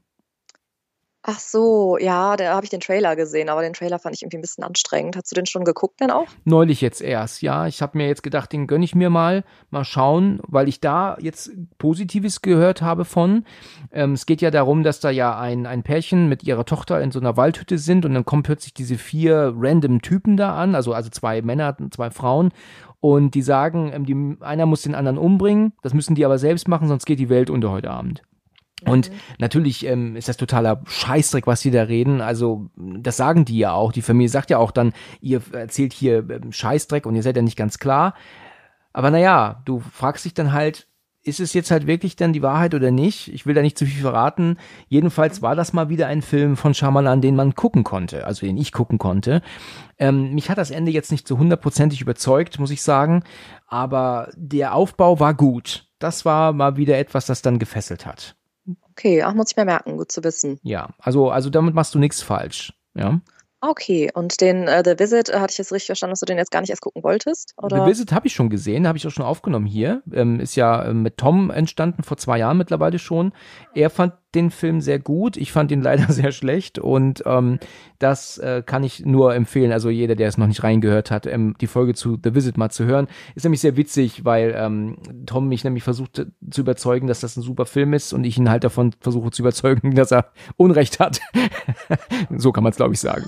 Ach so, ja, da habe ich den Trailer gesehen, aber den Trailer fand ich irgendwie ein bisschen anstrengend. Hast du den schon geguckt denn auch? Neulich jetzt erst, ja. Ich habe mir jetzt gedacht, den gönne ich mir mal schauen, weil ich da jetzt Positives gehört habe von. Es geht ja darum, dass da ja ein Pärchen mit ihrer Tochter in so einer Waldhütte sind und dann kommen plötzlich diese 4 random Typen da an, also 2 Männer, 2 Frauen. Und die sagen, einer muss den anderen umbringen, das müssen die aber selbst machen, sonst geht die Welt unter heute Abend. Und natürlich ist das totaler Scheißdreck, was die da reden. Also das sagen die ja auch. Die Familie sagt ja auch dann, ihr erzählt hier Scheißdreck und ihr seid ja nicht ganz klar. Aber naja, du fragst dich dann halt, ist es jetzt halt wirklich dann die Wahrheit oder nicht? Ich will da nicht zu viel verraten. Jedenfalls war das mal wieder ein Film von Shyamalan, den man gucken konnte, also den ich gucken konnte. Mich hat das Ende jetzt nicht so 100%ig überzeugt, muss ich sagen. Aber der Aufbau war gut. Das war mal wieder etwas, das dann gefesselt hat. Okay, muss ich mir merken, gut zu wissen. Ja, also damit machst du nichts falsch, ja. Okay, und den The Visit, hatte ich jetzt richtig verstanden, dass du den jetzt gar nicht erst gucken wolltest? Oder? The Visit habe ich schon gesehen, habe ich auch schon aufgenommen hier. Ist ja mit Tom entstanden, vor 2 Jahren mittlerweile schon. Er fand den Film sehr gut, ich fand ihn leider sehr schlecht und das kann ich nur empfehlen, also jeder, der es noch nicht reingehört hat, die Folge zu The Visit mal zu hören. Ist nämlich sehr witzig, weil Tom mich nämlich versucht zu überzeugen, dass das ein super Film ist und ich ihn halt davon versuche zu überzeugen, dass er Unrecht hat. So kann man es, glaube ich, sagen.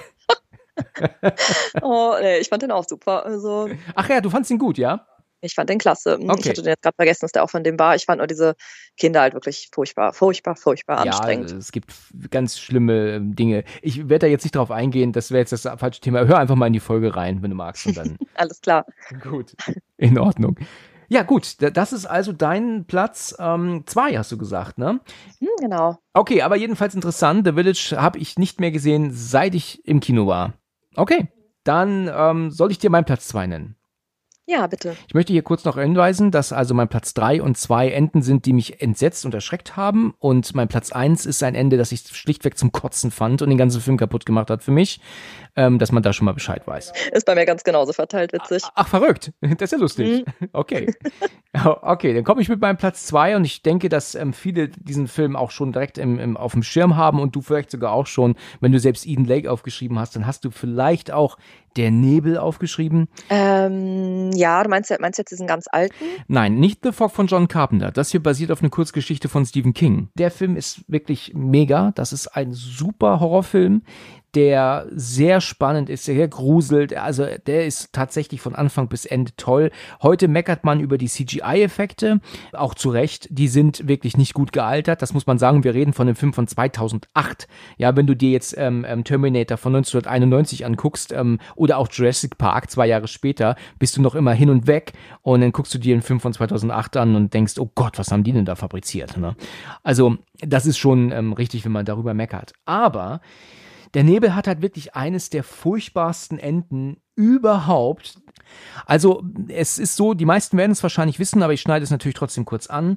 Oh, nee, ich fand den auch super. Also, Ach ja, du fandst ihn gut, ja? ich fand den klasse. Ich Okay. hatte den jetzt gerade vergessen, dass der auch von dem war. Ich fand nur diese Kinder halt wirklich furchtbar anstrengend. Ja, es gibt ganz schlimme Dinge. Ich werde da jetzt nicht drauf eingehen, das wäre jetzt das falsche Thema. Hör einfach mal in die Folge rein, wenn du magst. Und dann Alles klar. gut, in Ordnung. Ja gut, das ist also dein Platz 2, hast du gesagt, ne? Genau. Okay, aber jedenfalls interessant, The Village habe ich nicht mehr gesehen, seit ich im Kino war. Okay, dann soll ich dir meinen Platz 2 nennen. Ja, bitte. Ich möchte hier kurz noch hinweisen, dass also mein Platz 3 und 2 Enden sind, die mich entsetzt und erschreckt haben. Und mein Platz 1 ist ein Ende, das ich schlichtweg zum Kotzen fand und den ganzen Film kaputt gemacht hat für mich. Dass man da schon mal Bescheid weiß. Ist bei mir ganz genauso verteilt, witzig. Ach, verrückt. Das ist ja lustig. Okay. Okay, dann komme ich mit meinem Platz 2 und ich denke, dass viele diesen Film auch schon direkt auf dem Schirm haben und du vielleicht sogar auch schon, wenn du selbst Eden Lake aufgeschrieben hast, dann hast du vielleicht auch Der Nebel aufgeschrieben. Ja, du meinst jetzt diesen ganz alten? Nein, nicht The Fog von John Carpenter. Das hier basiert auf einer Kurzgeschichte von Stephen King. Der Film ist wirklich mega. Das ist ein super Horrorfilm, der sehr spannend ist, sehr gruselt. Also der ist tatsächlich von Anfang bis Ende toll. Heute meckert man über die CGI-Effekte, auch zu Recht. Die sind wirklich nicht gut gealtert. Das muss man sagen. Wir reden von einem Film von 2008. Ja, wenn du dir jetzt Terminator von 1991 anguckst oder auch Jurassic Park 2 Jahre später, bist du noch immer hin und weg und dann guckst du dir einen Film von 2008 an und denkst, oh Gott, was haben die denn da fabriziert? Ne? Also das ist schon richtig, wenn man darüber meckert. Aber Der Nebel hat halt wirklich eines der furchtbarsten Enden überhaupt. Also es ist so, die meisten werden es wahrscheinlich wissen, aber ich schneide es natürlich trotzdem kurz an.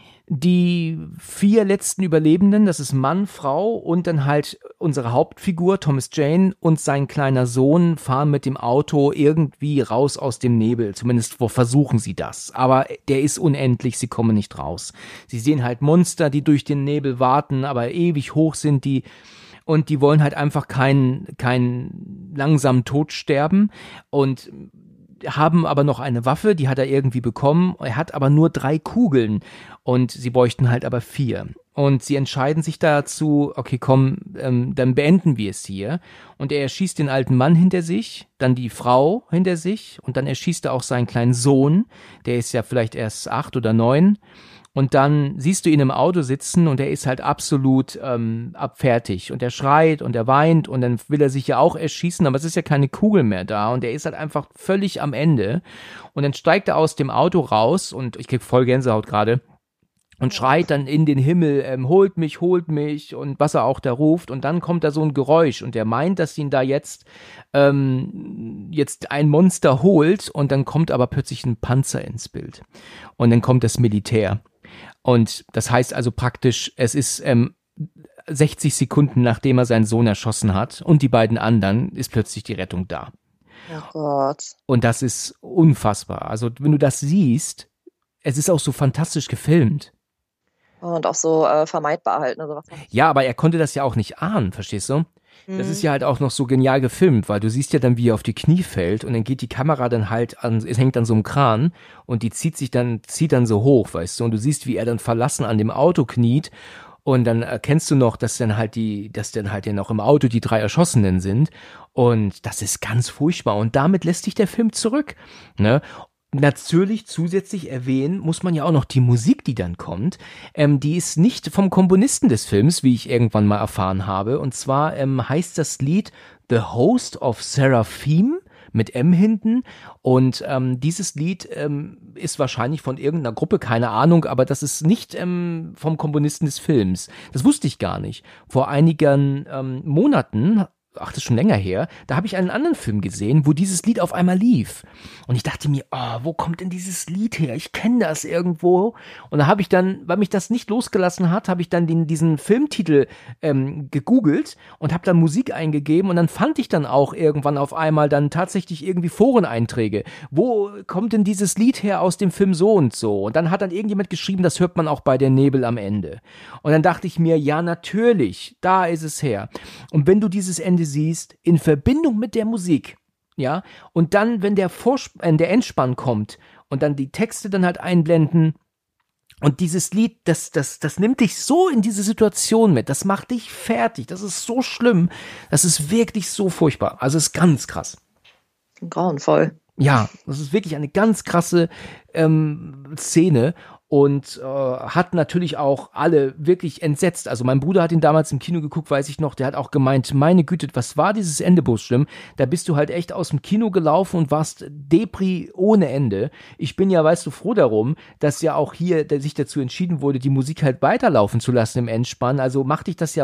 Die 4 letzten Überlebenden, das ist Mann, Frau und dann halt unsere Hauptfigur Thomas Jane und sein kleiner Sohn fahren mit dem Auto irgendwie raus aus dem Nebel. Zumindest versuchen sie das. Aber der ist unendlich, sie kommen nicht raus. Sie sehen halt Monster, die durch den Nebel warten, aber ewig hoch sind die. Und die wollen halt einfach keinen langsamen Tod sterben und haben aber noch eine Waffe, die hat er irgendwie bekommen. Er hat aber nur 3 Kugeln und sie bräuchten halt aber 4. Und sie entscheiden sich dazu, okay, komm, dann beenden wir es hier. Und er erschießt den alten Mann hinter sich, dann die Frau hinter sich und dann erschießt er auch seinen kleinen Sohn, der ist ja vielleicht erst 8 oder 9. Und dann siehst du ihn im Auto sitzen und er ist halt absolut abfertig und er schreit und er weint und dann will er sich ja auch erschießen, aber es ist ja keine Kugel mehr da und er ist halt einfach völlig am Ende und dann steigt er aus dem Auto raus und ich krieg voll Gänsehaut gerade und schreit dann in den Himmel, holt mich und was er auch da ruft und dann kommt da so ein Geräusch und er meint, dass ihn da jetzt ein Monster holt und dann kommt aber plötzlich ein Panzer ins Bild und dann kommt das Militär. Und das heißt also praktisch, es ist 60 Sekunden, nachdem er seinen Sohn erschossen hat und die beiden anderen, ist plötzlich die Rettung da. Oh Gott. Und das ist unfassbar. Also wenn du das siehst, es ist auch so fantastisch gefilmt. Und auch so vermeidbar halt. Ne, sowas. Ja, aber er konnte das ja auch nicht ahnen, verstehst du? Das ist ja halt auch noch so genial gefilmt, weil du siehst ja dann, wie er auf die Knie fällt und dann geht die Kamera dann halt an, es hängt an so einem Kran und die zieht dann so hoch, weißt du, und du siehst, wie er dann verlassen an dem Auto kniet und dann erkennst du noch, dass dann halt ja noch im Auto die 3 Erschossenen sind und das ist ganz furchtbar und damit lässt sich der Film zurück, ne? Natürlich zusätzlich erwähnen muss man ja auch noch die Musik, die dann kommt. Die ist nicht vom Komponisten des Films, wie ich irgendwann mal erfahren habe. Und zwar heißt das Lied The Host of Seraphim mit M hinten. Und dieses Lied ist wahrscheinlich von irgendeiner Gruppe, keine Ahnung, aber das ist nicht vom Komponisten des Films. Das wusste ich gar nicht. Vor einigen Monaten das ist schon länger her, da habe ich einen anderen Film gesehen, wo dieses Lied auf einmal lief. Und ich dachte mir, wo kommt denn dieses Lied her? Ich kenne das irgendwo. Und da habe ich dann, weil mich das nicht losgelassen hat, habe ich dann diesen Filmtitel gegoogelt und habe dann Musik eingegeben und dann fand ich dann auch irgendwann auf einmal dann tatsächlich irgendwie Foreneinträge. Wo kommt denn dieses Lied her aus dem Film so und so? Und dann hat dann irgendjemand geschrieben, das hört man auch bei Der Nebel am Ende. Und dann dachte ich mir, ja natürlich, da ist es her. Und wenn du dieses Ende siehst, in Verbindung mit der Musik, ja, und dann, wenn der Endspann kommt und dann die Texte dann halt einblenden und dieses Lied, das nimmt dich so in diese Situation mit, das macht dich fertig, das ist so schlimm, das ist wirklich so furchtbar, also ist ganz krass. Grauenvoll. Ja, das ist wirklich eine ganz krasse Szene und hat natürlich auch alle wirklich entsetzt. Also mein Bruder hat ihn damals im Kino geguckt, weiß ich noch, der hat auch gemeint, meine Güte, was war dieses Ende bloß schlimm? Da bist du halt echt aus dem Kino gelaufen und warst Depri ohne Ende. Ich bin ja, weißt du, froh darum, dass ja auch hier sich dazu entschieden wurde, die Musik halt weiterlaufen zu lassen im Endspann. Also nimm dich das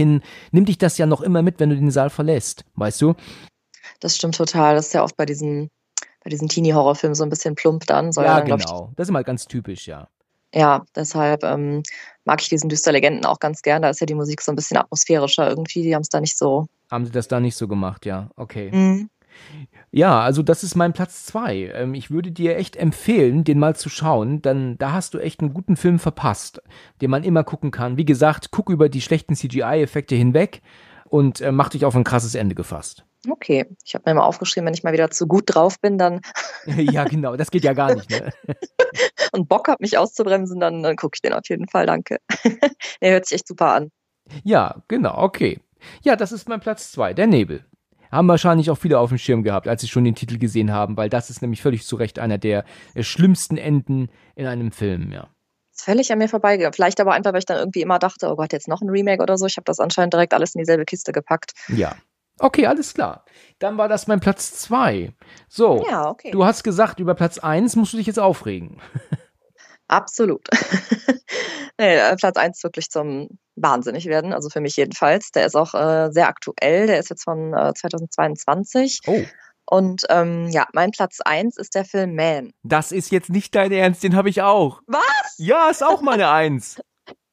ja noch immer mit, wenn du den Saal verlässt, weißt du? Das stimmt total. Das ist ja oft bei diesen Teenie-Horrorfilmen so ein bisschen plump dann. Ja, genau. Das ist immer ganz typisch, ja. Ja, deshalb mag ich diesen Düsterlegenden auch ganz gern. Da ist ja die Musik so ein bisschen atmosphärischer irgendwie. Die haben es da nicht so. Haben sie das da nicht so gemacht, ja. Okay. Mhm. Ja, also das ist mein Platz 2. Ich würde dir echt empfehlen, den mal zu schauen, denn da hast du echt einen guten Film verpasst, den man immer gucken kann. Wie gesagt, guck über die schlechten CGI-Effekte hinweg und mach dich auf ein krasses Ende gefasst. Okay, ich habe mir mal aufgeschrieben, wenn ich mal wieder zu gut drauf bin, dann Ja, genau, das geht ja gar nicht, ne? und Bock habe, mich auszubremsen, dann gucke ich den auf jeden Fall, danke. Der hört sich echt super an. Ja, genau, okay. Ja, das ist mein Platz 2, Der Nebel. Haben wahrscheinlich auch viele auf dem Schirm gehabt, als sie schon den Titel gesehen haben, weil das ist nämlich völlig zu Recht einer der schlimmsten Enden in einem Film, ja. Ist völlig an mir vorbeigegangen. Vielleicht aber einfach, weil ich dann irgendwie immer dachte, oh Gott, jetzt noch ein Remake oder so. Ich habe das anscheinend direkt alles in dieselbe Kiste gepackt. Ja. Okay, alles klar. Dann war das mein Platz 2. So, Ja, okay. Du hast gesagt, über Platz 1 musst du dich jetzt aufregen. Absolut. Nee, Platz 1 wirklich zum wahnsinnig werden, also für mich jedenfalls. Der ist auch sehr aktuell, der ist jetzt von 2022. Oh. Und ja, mein Platz 1 ist der Film Man. Das ist jetzt nicht dein Ernst, den habe ich auch. Was? Ja, ist auch meine 1.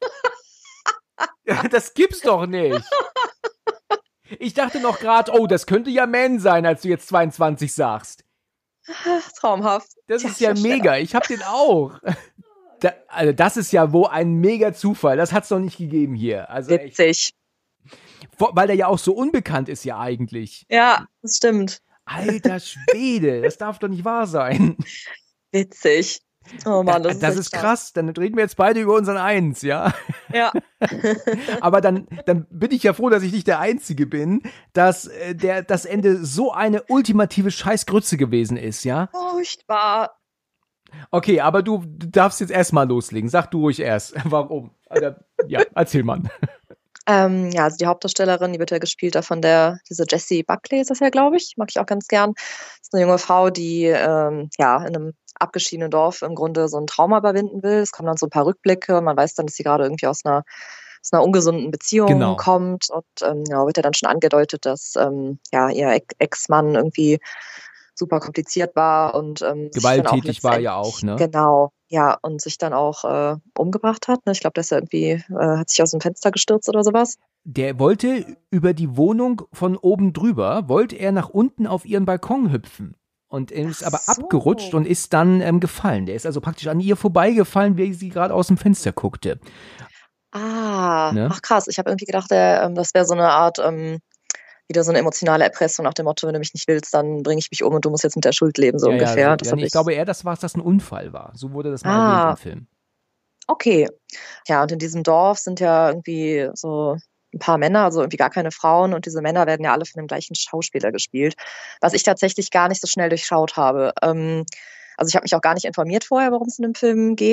Das gibt's doch nicht. Ich dachte noch gerade, das könnte ja Man sein, als du jetzt 22 sagst. Traumhaft. Das ist ja mega, ich hab den auch. Also das ist ja wohl ein mega Zufall, das hat's noch nicht gegeben hier. Also witzig. Echt. Weil der ja auch so unbekannt ist ja eigentlich. Ja, das stimmt. Alter Schwede, das darf doch nicht wahr sein. Witzig. Oh Mann, das ist krass. Dann reden wir jetzt beide über unseren 1, ja? Ja. Aber dann bin ich ja froh, dass ich nicht der Einzige bin, dass das Ende so eine ultimative Scheißgrütze gewesen ist, ja? Furchtbar. Okay, aber du darfst jetzt erstmal loslegen. Sag du ruhig erst. Warum? Also, ja, erzähl mal. Ja, also die Hauptdarstellerin, die wird ja gespielt von diese Jessie Buckley ist das ja, glaube ich. Mag ich auch ganz gern. Das ist eine junge Frau, die ja in einem abgeschiedenen Dorf im Grunde so ein Trauma überwinden will. Es kommen dann so ein paar Rückblicke und man weiß dann, dass sie gerade irgendwie aus einer ungesunden Beziehung kommt und wird ja dann schon angedeutet, dass ihr Ex-Mann irgendwie super kompliziert war und gewalttätig war ja auch, ne? Genau, ja, und sich dann auch umgebracht hat. Ne? Ich glaube, der ist ja irgendwie, hat sich aus dem Fenster gestürzt oder sowas. Der wollte über die Wohnung von oben drüber, wollte er nach unten auf ihren Balkon hüpfen. Und er ist aber abgerutscht und ist dann gefallen. Der ist also praktisch an ihr vorbeigefallen, wie sie gerade aus dem Fenster guckte. Ne? Ach krass. Ich habe irgendwie gedacht, das wäre so eine Art, wieder so eine emotionale Erpressung nach dem Motto, wenn du mich nicht willst, dann bringe ich mich um und du musst jetzt mit der Schuld leben, so ungefähr. Ich glaube eher, dass das ein Unfall war. So wurde das mal erwähnt im Film. Okay. Ja, und in diesem Dorf sind ja irgendwie so ein paar Männer, also irgendwie gar keine Frauen und diese Männer werden ja alle von dem gleichen Schauspieler gespielt, was ich tatsächlich gar nicht so schnell durchschaut habe. Also ich habe mich auch gar nicht informiert vorher, worum es in dem Film geht.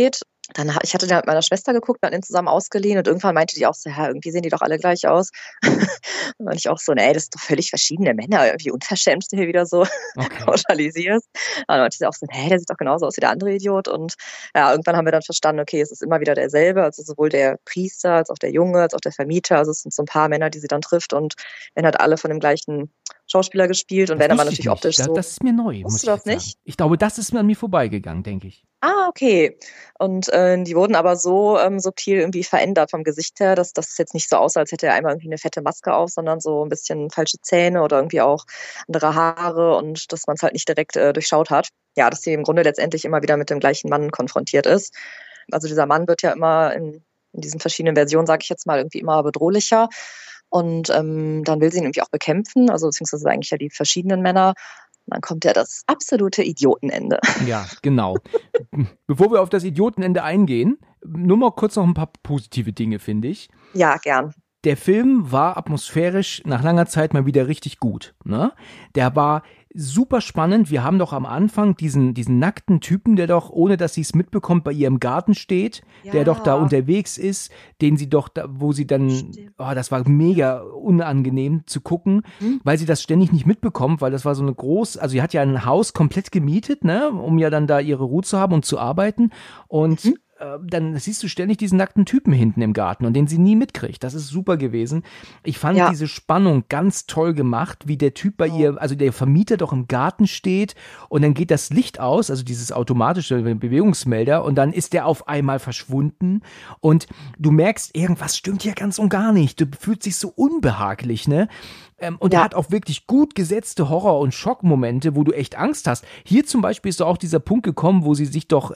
Ich hatte den mit meiner Schwester geguckt, wir hatten den zusammen ausgeliehen und irgendwann meinte die auch so, ja, irgendwie sehen die doch alle gleich aus. Und ich auch so, nee, das sind doch völlig verschiedene Männer, irgendwie unverschämt du hier wieder so Okay. pauschalisierst. Und dann meinte sie auch so, nee, der sieht doch genauso aus wie der andere Idiot. Und ja, irgendwann haben wir dann verstanden, okay, es ist immer wieder derselbe, also sowohl der Priester als auch der Junge, als auch der Vermieter. Also es sind so ein paar Männer, die sie dann trifft und werden halt alle von dem gleichen Schauspieler gespielt und Das werden aber wusste ich natürlich optisch nicht. so. Das ist mir neu, muss Wusstest ich du das jetzt sagen. nicht? Ich glaube, das ist mir an mir vorbeigegangen, denke ich. Ah, okay. Und die wurden aber so subtil irgendwie verändert vom Gesicht her, dass das jetzt nicht so aussah, als hätte er einmal irgendwie eine fette Maske auf, sondern so ein bisschen falsche Zähne oder irgendwie auch andere Haare und dass man es halt nicht direkt durchschaut hat. Ja, dass sie im Grunde letztendlich immer wieder mit dem gleichen Mann konfrontiert ist. Also dieser Mann wird ja immer in diesen verschiedenen Versionen, sage ich jetzt mal, irgendwie immer bedrohlicher. Und dann will sie ihn irgendwie auch bekämpfen, also beziehungsweise eigentlich ja die verschiedenen Männer. Und dann kommt ja das absolute Idiotenende. Ja, genau. Bevor wir auf das Idiotenende eingehen, nur mal kurz noch ein paar positive Dinge, finde ich. Ja, gern. Der Film war atmosphärisch nach langer Zeit mal wieder richtig gut. Ne? Der war super spannend. Wir haben doch am Anfang diesen nackten Typen, der doch, ohne dass sie es mitbekommt, bei ihr im Garten steht, der doch da unterwegs ist, den sie doch, wo sie dann, das war mega unangenehm zu gucken, weil sie das ständig nicht mitbekommt, weil das war so eine also sie hat ja ein Haus komplett gemietet, ne, um ja dann da ihre Ruhe zu haben und zu arbeiten und dann siehst du ständig diesen nackten Typen hinten im Garten und den sie nie mitkriegt. Das ist super gewesen. Ich fand diese Spannung ganz toll gemacht, wie der Typ bei ihr, also der Vermieter doch im Garten steht und dann geht das Licht aus, also dieses automatische Bewegungsmelder und dann ist der auf einmal verschwunden und du merkst, irgendwas stimmt hier ganz und gar nicht. Du fühlst dich so unbehaglich, ne? Und er hat auch wirklich gut gesetzte Horror- und Schockmomente, wo du echt Angst hast. Hier zum Beispiel ist doch auch dieser Punkt gekommen, wo sie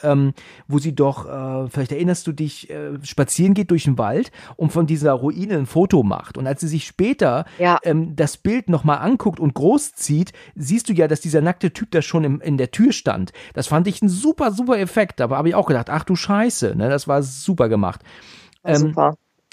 vielleicht erinnerst du dich, spazieren geht durch den Wald und von dieser Ruine ein Foto macht. Und als sie sich später das Bild nochmal anguckt und groß zieht, siehst du ja, dass dieser nackte Typ da schon in der Tür stand. Das fand ich ein super, super Effekt. Da habe ich auch gedacht, ach du Scheiße, ne, das war super gemacht. Super.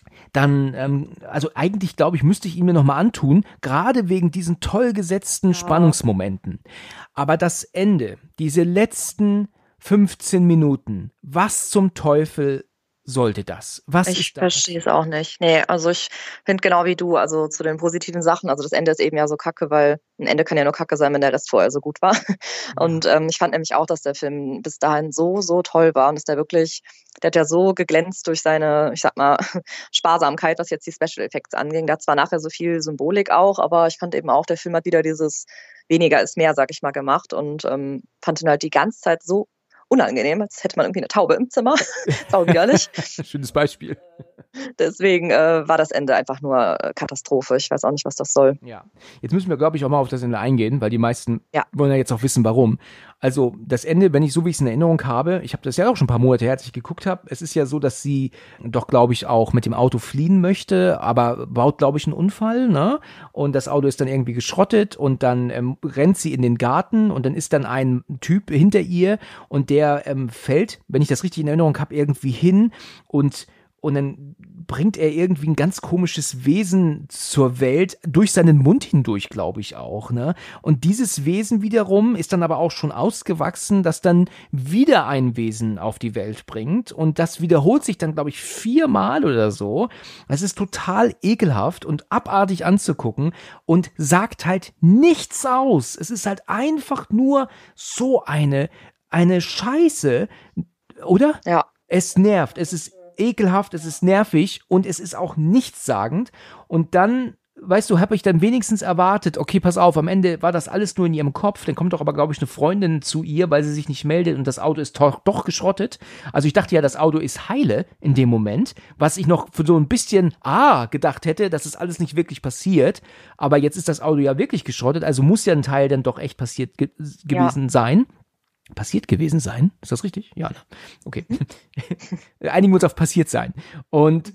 Dann, also eigentlich glaube ich, müsste ich ihn mir nochmal antun, gerade wegen diesen toll gesetzten Spannungsmomenten. Aber das Ende, diese letzten 15 Minuten, was zum Teufel sollte das? Ich verstehe es auch nicht. Nee, also ich finde genau wie du, also zu den positiven Sachen, also das Ende ist eben ja so kacke, weil ein Ende kann ja nur kacke sein, wenn der Rest vorher so gut war. Und ich fand nämlich auch, dass der Film bis dahin so, so toll war und dass der hat ja so geglänzt durch seine, ich sag mal, Sparsamkeit, was jetzt die Special Effects anging. Da hat zwar nachher so viel Symbolik auch, aber ich fand eben auch, der Film hat wieder dieses weniger ist mehr, sag ich mal, gemacht und fand ihn halt die ganze Zeit so unangenehm, als hätte man irgendwie eine Taube im Zimmer. Saugierlich. Schönes Beispiel. Deswegen war das Ende einfach nur Katastrophe. Ich weiß auch nicht, was das soll. Ja, jetzt müssen wir, glaube ich, auch mal auf das Ende eingehen, weil die meisten wollen ja jetzt auch wissen, warum. Also das Ende, wenn ich so wie ich es in Erinnerung habe, ich habe das ja auch schon ein paar Monate her, als ich geguckt habe, es ist ja so, dass sie doch, glaube ich, auch mit dem Auto fliehen möchte, aber baut, glaube ich, einen Unfall, ne? Und das Auto ist dann irgendwie geschrottet und dann rennt sie in den Garten und dann ist dann ein Typ hinter ihr und der fällt, wenn ich das richtig in Erinnerung habe, irgendwie hin und dann bringt er irgendwie ein ganz komisches Wesen zur Welt, durch seinen Mund hindurch, glaube ich auch, ne? Und dieses Wesen wiederum ist dann aber auch schon ausgewachsen, das dann wieder ein Wesen auf die Welt bringt und das wiederholt sich dann, glaube ich, 4-mal oder so. Es ist total ekelhaft und abartig anzugucken und sagt halt nichts aus. Es ist halt einfach nur so eine Scheiße, oder? Ja. Es nervt, es ist ekelhaft, es ist nervig und es ist auch nichtssagend. Und dann, weißt du, habe ich dann wenigstens erwartet, okay, pass auf, am Ende war das alles nur in ihrem Kopf, dann kommt doch aber, glaube ich, eine Freundin zu ihr, weil sie sich nicht meldet und das Auto ist doch geschrottet. Also ich dachte ja, das Auto ist heile in dem Moment, was ich noch für so ein bisschen, gedacht hätte, dass es alles nicht wirklich passiert. Aber jetzt ist das Auto ja wirklich geschrottet, also muss ja ein Teil dann doch echt passiert gewesen sein. Passiert gewesen sein? Ist das richtig? Ja, ne? Okay. Einigen wir uns auf passiert sein. Und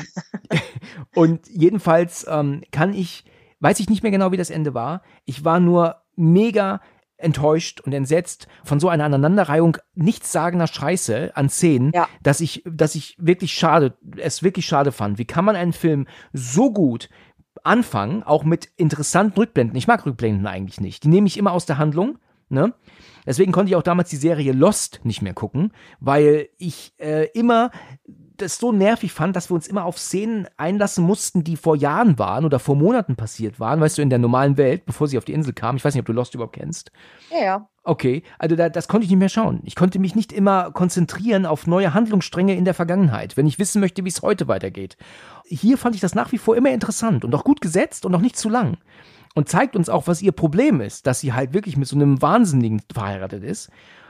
jedenfalls weiß ich nicht mehr genau, wie das Ende war. Ich war nur mega enttäuscht und entsetzt von so einer Aneinanderreihung nichtssagender Scheiße an Szenen, dass ich wirklich schade fand. Wie kann man einen Film so gut anfangen, auch mit interessanten Rückblenden? Ich mag Rückblenden eigentlich nicht. Die nehme ich immer aus der Handlung. ne? Deswegen konnte ich auch damals die Serie Lost nicht mehr gucken, weil ich immer das so nervig fand, dass wir uns immer auf Szenen einlassen mussten, die vor Jahren waren oder vor Monaten passiert waren, weißt du, in der normalen Welt, bevor sie auf die Insel kam. Ich weiß nicht, ob du Lost überhaupt kennst. Ja, ja. Okay, also das konnte ich nicht mehr schauen. Ich konnte mich nicht immer konzentrieren auf neue Handlungsstränge in der Vergangenheit, wenn ich wissen möchte, wie es heute weitergeht. Hier fand ich das nach wie vor immer interessant und auch gut gesetzt und auch nicht zu lang. Und zeigt uns auch, was ihr Problem ist, dass sie halt wirklich mit so einem Wahnsinnigen verheiratet ist.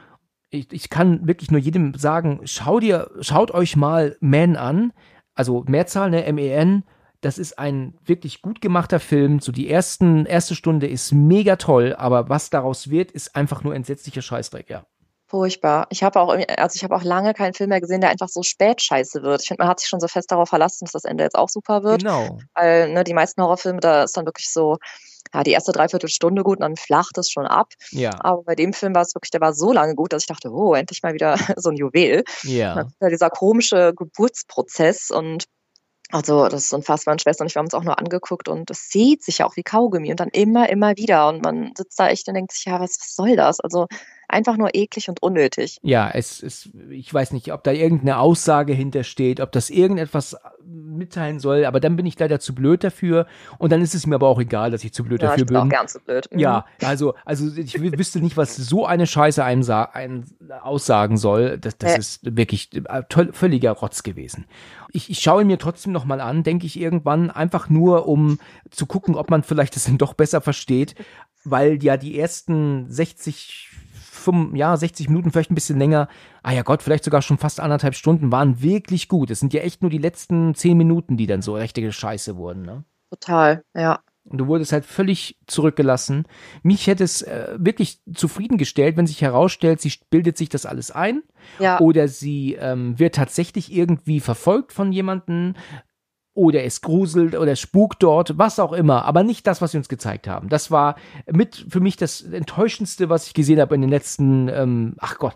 Ich kann wirklich nur jedem sagen, schaut euch mal Man an, also Mehrzahl, ne, Men. Das ist ein wirklich gut gemachter Film. So die erste Stunde ist mega toll, aber was daraus wird, ist einfach nur entsetzlicher Scheißdreck, ja. Furchtbar. Ich habe auch lange keinen Film mehr gesehen, der einfach so spät scheiße wird. Ich finde, man hat sich schon so fest darauf verlassen, dass das Ende jetzt auch super wird. Genau. Weil, ne, die meisten Horrorfilme, da ist dann wirklich so, ja, die erste Dreiviertelstunde gut und dann flacht es schon ab. Ja. Aber bei dem Film war es wirklich, der war so lange gut, dass ich dachte, oh, endlich mal wieder so ein Juwel. Ja. Dieser komische Geburtsprozess und also das ist unfassbar. Meine Schwester und ich haben uns auch nur angeguckt und das zieht sich ja auch wie Kaugummi und dann immer wieder und man sitzt da echt und denkt sich, ja, was soll das? Also einfach nur eklig und unnötig. Ja, ich weiß nicht, ob da irgendeine Aussage hintersteht, ob das irgendetwas mitteilen soll, aber dann bin ich leider zu blöd dafür und dann ist es mir aber auch egal, dass ich zu blöd dafür ich bin bin. auch gern zu blöd. Ja, also ich wüsste nicht, was so eine Scheiße einem aussagen soll. Das ist wirklich völliger Rotz gewesen. Ich schaue ihn mir trotzdem nochmal an, denke ich irgendwann, einfach nur, um zu gucken, ob man vielleicht das dann doch besser versteht, weil ja die ersten 60 Minuten, vielleicht ein bisschen länger, ja Gott, vielleicht sogar schon fast 1,5 Stunden, waren wirklich gut. Es sind ja echt nur die letzten 10 Minuten, die dann so richtige Scheiße wurden, ne? Total, ja. Und du wurdest halt völlig zurückgelassen. Mich hätte es wirklich zufriedengestellt, wenn sich herausstellt, sie bildet sich das alles ein. Ja. Oder sie wird tatsächlich irgendwie verfolgt von jemandem. Oder es gruselt oder es spukt dort, was auch immer. Aber nicht das, was sie uns gezeigt haben. Das war für mich das Enttäuschendste, was ich gesehen habe in den letzten,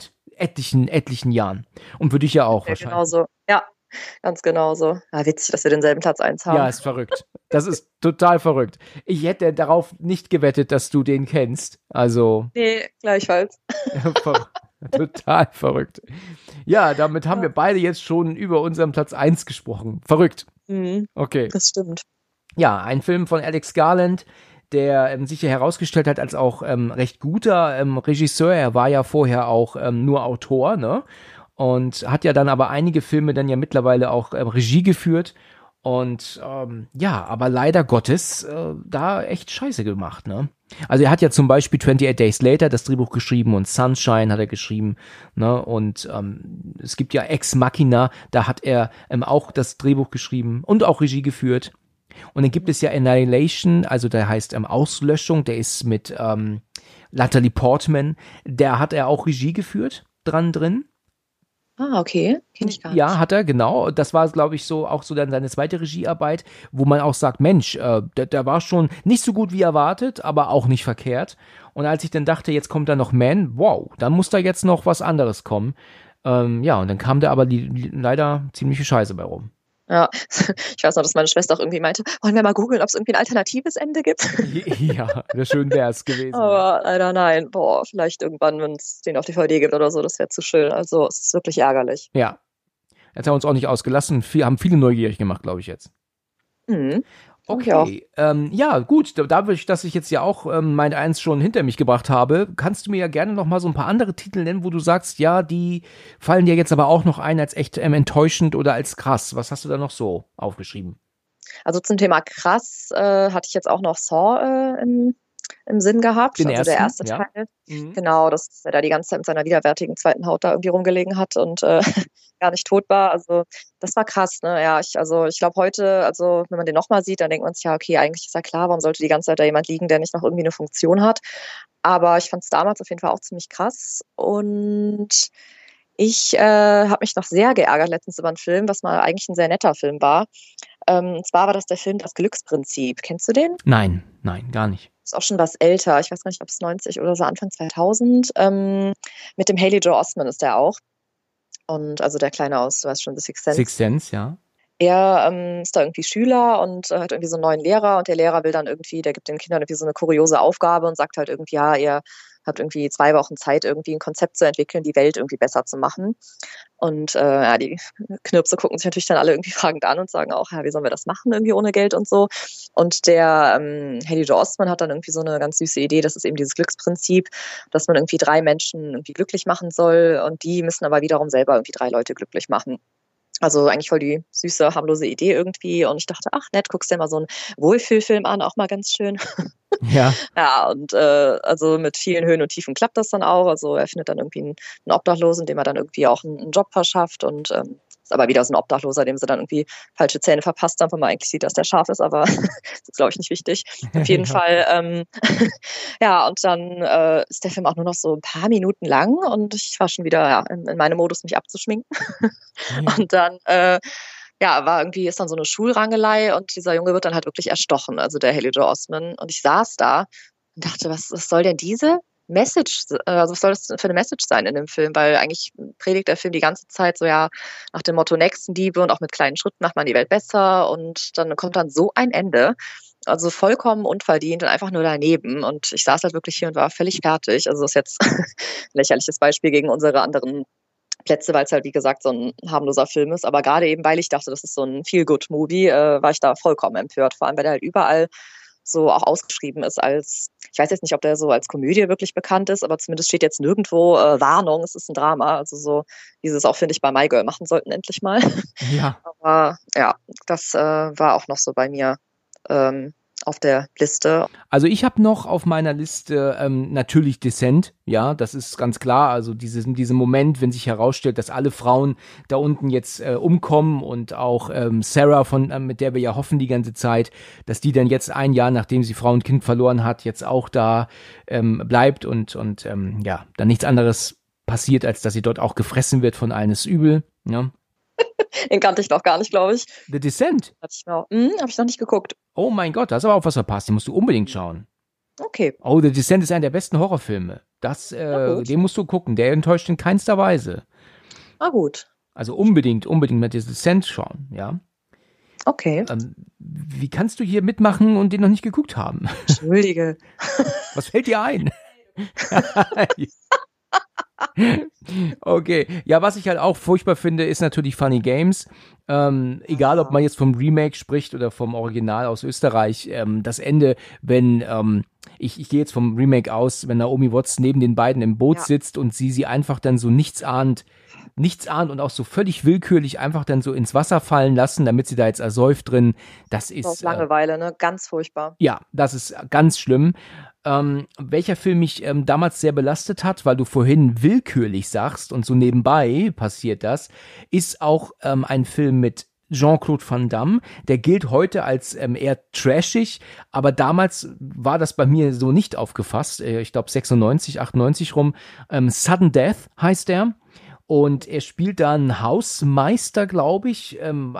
etlichen Jahren. Und für dich ja auch wahrscheinlich. Genauso, ja. Ganz genauso. Ja, witzig, dass wir denselben Platz 1 haben. Ja, ist verrückt. Das ist total verrückt. Ich hätte darauf nicht gewettet, dass du den kennst. Also. Nee, gleichfalls. Total verrückt. Ja, damit haben wir beide jetzt schon über unseren Platz 1 gesprochen. Verrückt. Mhm, okay. Das stimmt. Ja, ein Film von Alex Garland, der sich ja herausgestellt hat als auch recht guter Regisseur. Er war ja vorher auch nur Autor, ne? Und hat ja dann aber einige Filme dann ja mittlerweile auch Regie geführt und aber leider Gottes da echt Scheiße gemacht, ne? Also er hat ja zum Beispiel 28 Days Later das Drehbuch geschrieben und Sunshine hat er geschrieben, ne? Und es gibt ja Ex Machina, da hat er auch das Drehbuch geschrieben und auch Regie geführt. Und dann gibt es ja Annihilation, also der heißt Auslöschung, der ist mit Natalie Portman, der hat er auch Regie geführt, drin. Ah, okay. Kenn ich gar nicht. Ja, hat er, genau. Das war, glaube ich, auch so dann seine zweite Regiearbeit, wo man auch sagt, Mensch, der war schon nicht so gut wie erwartet, aber auch nicht verkehrt. Und als ich dann dachte, jetzt kommt da noch Man, wow, dann muss da jetzt noch was anderes kommen. Und dann kam da aber leider ziemliche Scheiße bei rum. Ja, ich weiß noch, dass meine Schwester auch irgendwie meinte, wollen wir mal googeln, ob es irgendwie ein alternatives Ende gibt? Ja, schön wäre es gewesen. Aber leider nein. Boah, vielleicht irgendwann, wenn es den auf DVD gibt oder so, das wäre zu schön. Also es ist wirklich ärgerlich. Ja, jetzt haben wir uns auch nicht ausgelassen. Haben viele neugierig gemacht, glaube ich jetzt. Mhm. Okay, ja gut, dadurch, dass ich jetzt ja auch mein Eins schon hinter mich gebracht habe, kannst du mir ja gerne noch mal so ein paar andere Titel nennen, wo du sagst, ja, die fallen dir jetzt aber auch noch ein als echt enttäuschend oder als krass. Was hast du da noch so aufgeschrieben? Also zum Thema krass hatte ich jetzt auch noch Saw im Sinn gehabt. Den also ersten, der erste ja. Teil. Mhm. Genau, dass er da die ganze Zeit mit seiner widerwärtigen zweiten Haut da irgendwie rumgelegen hat und gar nicht tot war. Also das war krass, ne? Ja, ich glaube heute, also wenn man den nochmal sieht, dann denkt man sich ja, okay, eigentlich ist ja klar, warum sollte die ganze Zeit da jemand liegen, der nicht noch irgendwie eine Funktion hat. Aber ich fand es damals auf jeden Fall auch ziemlich krass. Und ich habe mich noch sehr geärgert letztens über einen Film, was mal eigentlich ein sehr netter Film war. Und zwar war das der Film Das Glücksprinzip. Kennst du den? Nein, gar nicht. Ist auch schon was älter. Ich weiß gar nicht, ob es 90 oder so Anfang 2000. Mit dem Haley Joel Osment ist der auch. Und also der Kleine aus, du weißt schon, The Sixth Sense. Sixth Sense, ja. er ist da irgendwie Schüler und hat irgendwie so einen neuen Lehrer und der Lehrer will dann irgendwie, der gibt den Kindern irgendwie so eine kuriose Aufgabe und sagt halt irgendwie, ja, ihr habt irgendwie 2 Wochen Zeit, irgendwie ein Konzept zu entwickeln, die Welt irgendwie besser zu machen. Und ja, die Knirpse gucken sich natürlich dann alle irgendwie fragend an und sagen auch, ja, wie sollen wir das machen, irgendwie ohne Geld und so. Und der Haley Joel Osment hat dann irgendwie so eine ganz süße Idee, das ist eben dieses Glücksprinzip, dass man irgendwie 3 Menschen irgendwie glücklich machen soll und die müssen aber wiederum selber irgendwie 3 Leute glücklich machen. Also eigentlich voll die süße, harmlose Idee irgendwie. Und ich dachte, ach nett, guckst dir mal so einen Wohlfühlfilm an, auch mal ganz schön. Ja. Ja, und also mit vielen Höhen und Tiefen klappt das dann auch. Also er findet dann irgendwie einen Obdachlosen, dem er dann irgendwie auch einen Job verschafft und ist aber wieder so ein Obdachloser, dem sie dann irgendwie falsche Zähne verpasst haben, weil man eigentlich sieht, dass der scharf ist, aber das ist, glaube ich, nicht wichtig. Auf jeden Ja. Fall, ja, und dann ist der Film auch nur noch so ein paar Minuten lang und ich war schon wieder ja, in meinem Modus, mich abzuschminken. Ja. Und dann ja, ist dann so eine Schulrangelei und dieser Junge wird dann halt wirklich erstochen, also der Haley Joel Osment. Und ich saß da und dachte, was soll denn diese Message, also was soll das für eine Message sein in dem Film? Weil eigentlich predigt der Film die ganze Zeit so ja nach dem Motto Nächstenliebe und auch mit kleinen Schritten macht man die Welt besser und dann kommt dann so ein Ende. Also vollkommen unverdient und einfach nur daneben. Und ich saß halt wirklich hier und war völlig fertig. Also das ist jetzt ein lächerliches Beispiel gegen unsere anderen Plätze, weil es halt, wie gesagt, so ein harmloser Film ist. Aber gerade eben, weil ich dachte, das ist so ein Feel-Good-Movie, war ich da vollkommen empört. Vor allem, weil der halt überall so auch ausgeschrieben ist als, ich weiß jetzt nicht, ob der so als Komödie wirklich bekannt ist, aber zumindest steht jetzt nirgendwo Warnung, es ist ein Drama. Also so, wie sie es auch, finde ich, bei My Girl machen sollten, endlich mal. Ja. Aber ja, das war auch noch so bei mir auf der Liste. Also ich habe noch auf meiner Liste natürlich Descent, ja, das ist ganz klar, also diesen Moment, wenn sich herausstellt, dass alle Frauen da unten jetzt umkommen und auch Sarah, mit der wir ja hoffen die ganze Zeit, dass die dann jetzt ein Jahr, nachdem sie Frau und Kind verloren hat, jetzt auch da bleibt und ja, dann nichts anderes passiert, als dass sie dort auch gefressen wird von eines Übel, ja. Den kannte ich noch gar nicht, glaube ich. The Descent. Hab ich noch nicht geguckt. Oh mein Gott, da hast aber auch was verpasst, den musst du unbedingt schauen. Okay. Oh, The Descent ist einer der besten Horrorfilme. Den musst du gucken. Der enttäuscht in keinster Weise. Na gut. Also unbedingt mit The Descent schauen, ja. Okay. Wie kannst du hier mitmachen und den noch nicht geguckt haben? Entschuldige. Was fällt dir ein? Okay, ja, was ich halt auch furchtbar finde, ist natürlich Funny Games. Egal, ob man jetzt vom Remake spricht oder vom Original aus Österreich, das Ende, wenn, ich gehe jetzt vom Remake aus, wenn Naomi Watts neben den beiden im Boot sitzt und sie einfach dann so nichtsahnend und auch so völlig willkürlich einfach dann so ins Wasser fallen lassen, damit sie da jetzt ersäuft drin, das ist... Aus Langeweile, ne? Ganz furchtbar. Ja, das ist ganz schlimm. Welcher Film mich damals sehr belastet hat, weil du vorhin willkürlich sagst und so nebenbei passiert das, ist auch ein Film mit Jean-Claude Van Damme. Der gilt heute als eher trashig, aber damals war das bei mir so nicht aufgefasst. Ich glaube 96, 98 rum. Sudden Death heißt der. Und er spielt da einen Hausmeister, glaube ich,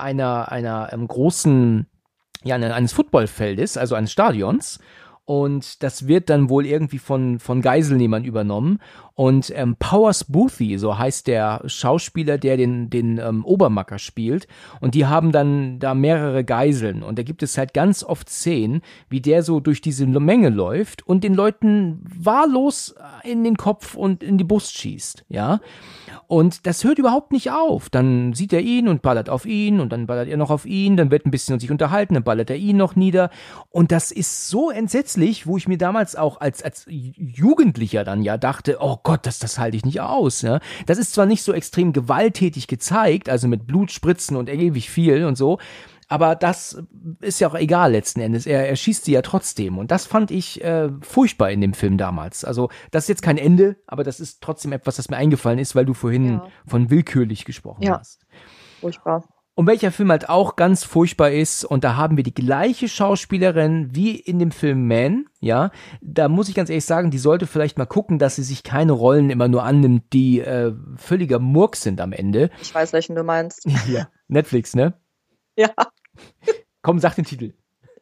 einer großen, ja, eines Footballfeldes, also eines Stadions. Und das wird dann wohl irgendwie von Geiselnehmern übernommen. Und Powers Boothby, so heißt der Schauspieler, der den Obermacker spielt. Und die haben dann da mehrere Geiseln. Und da gibt es halt ganz oft Szenen, wie der so durch diese Menge läuft und den Leuten wahllos in den Kopf und in die Brust schießt, ja. Und das hört überhaupt nicht auf. Dann sieht er ihn und ballert auf ihn und dann ballert er noch auf ihn, dann wird ein bisschen sich unterhalten, dann ballert er ihn noch nieder. Und das ist so entsetzlich, wo ich mir damals auch als Jugendlicher dann ja dachte, oh Gott, das halte ich nicht aus. Ja? Das ist zwar nicht so extrem gewalttätig gezeigt, also mit Blutspritzen und ewig viel und so, aber das ist ja auch egal letzten Endes. Er schießt sie ja trotzdem. Und das fand ich furchtbar in dem Film damals. Also das ist jetzt kein Ende, aber das ist trotzdem etwas, das mir eingefallen ist, weil du vorhin von willkürlich gesprochen hast. Furchtbar. Und welcher Film halt auch ganz furchtbar ist, und da haben wir die gleiche Schauspielerin wie in dem Film Man, ja, da muss ich ganz ehrlich sagen, die sollte vielleicht mal gucken, dass sie sich keine Rollen immer nur annimmt, die völliger Murks sind am Ende. Ich weiß, welchen du meinst. Ja, Netflix, ne? Ja. Komm, sag den Titel.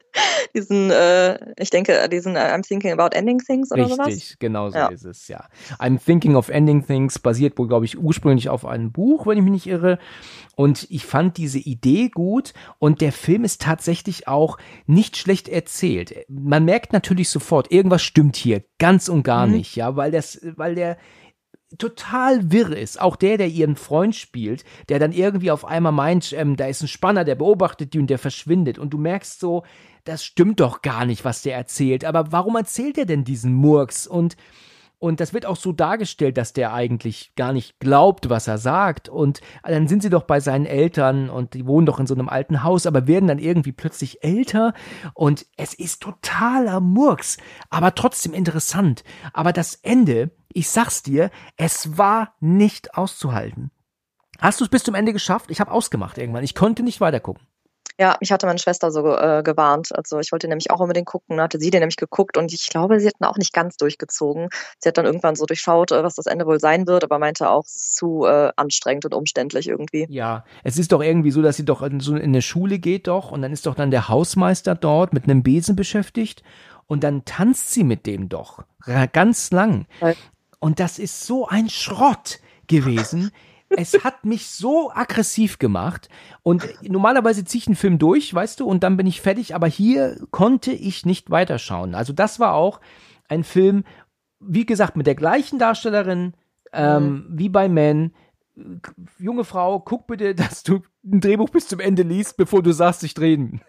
Ich denke, I'm thinking about ending things oder sowas. Richtig, genau so ist es, ja. I'm thinking of ending things basiert wohl, glaube ich, ursprünglich auf einem Buch, wenn ich mich nicht irre. Und ich fand diese Idee gut und der Film ist tatsächlich auch nicht schlecht erzählt. Man merkt natürlich sofort, irgendwas stimmt hier ganz und gar nicht, ja, weil der total wirr ist. Auch der ihren Freund spielt, der dann irgendwie auf einmal meint, da ist ein Spanner, der beobachtet die und der verschwindet. Und du merkst so, das stimmt doch gar nicht, was der erzählt. Aber warum erzählt er denn diesen Murks? Und das wird auch so dargestellt, dass der eigentlich gar nicht glaubt, was er sagt. Und dann sind sie doch bei seinen Eltern und die wohnen doch in so einem alten Haus, aber werden dann irgendwie plötzlich älter. Und es ist totaler Murks, aber trotzdem interessant. Aber das Ende, ich sag's dir, es war nicht auszuhalten. Hast du es bis zum Ende geschafft? Ich habe ausgemacht irgendwann. Ich konnte nicht weitergucken. Ja, mich hatte meine Schwester so gewarnt. Also ich wollte nämlich auch unbedingt gucken, dann hatte sie den nämlich geguckt und ich glaube, sie hat ihn auch nicht ganz durchgezogen. Sie hat dann irgendwann so durchschaut, was das Ende wohl sein wird, aber meinte auch, es ist zu anstrengend und umständlich irgendwie. Ja, es ist doch irgendwie so, dass sie doch in eine Schule geht doch und dann ist doch dann der Hausmeister dort mit einem Besen beschäftigt und dann tanzt sie mit dem doch ganz lang. Und das ist so ein Schrott gewesen. Es hat mich so aggressiv gemacht und normalerweise ziehe ich einen Film durch, weißt du, und dann bin ich fertig, aber hier konnte ich nicht weiterschauen. Also das war auch ein Film, wie gesagt, mit der gleichen Darstellerin wie bei Man. Junge Frau, guck bitte, dass du ein Drehbuch bis zum Ende liest, bevor du sagst, ich drehen.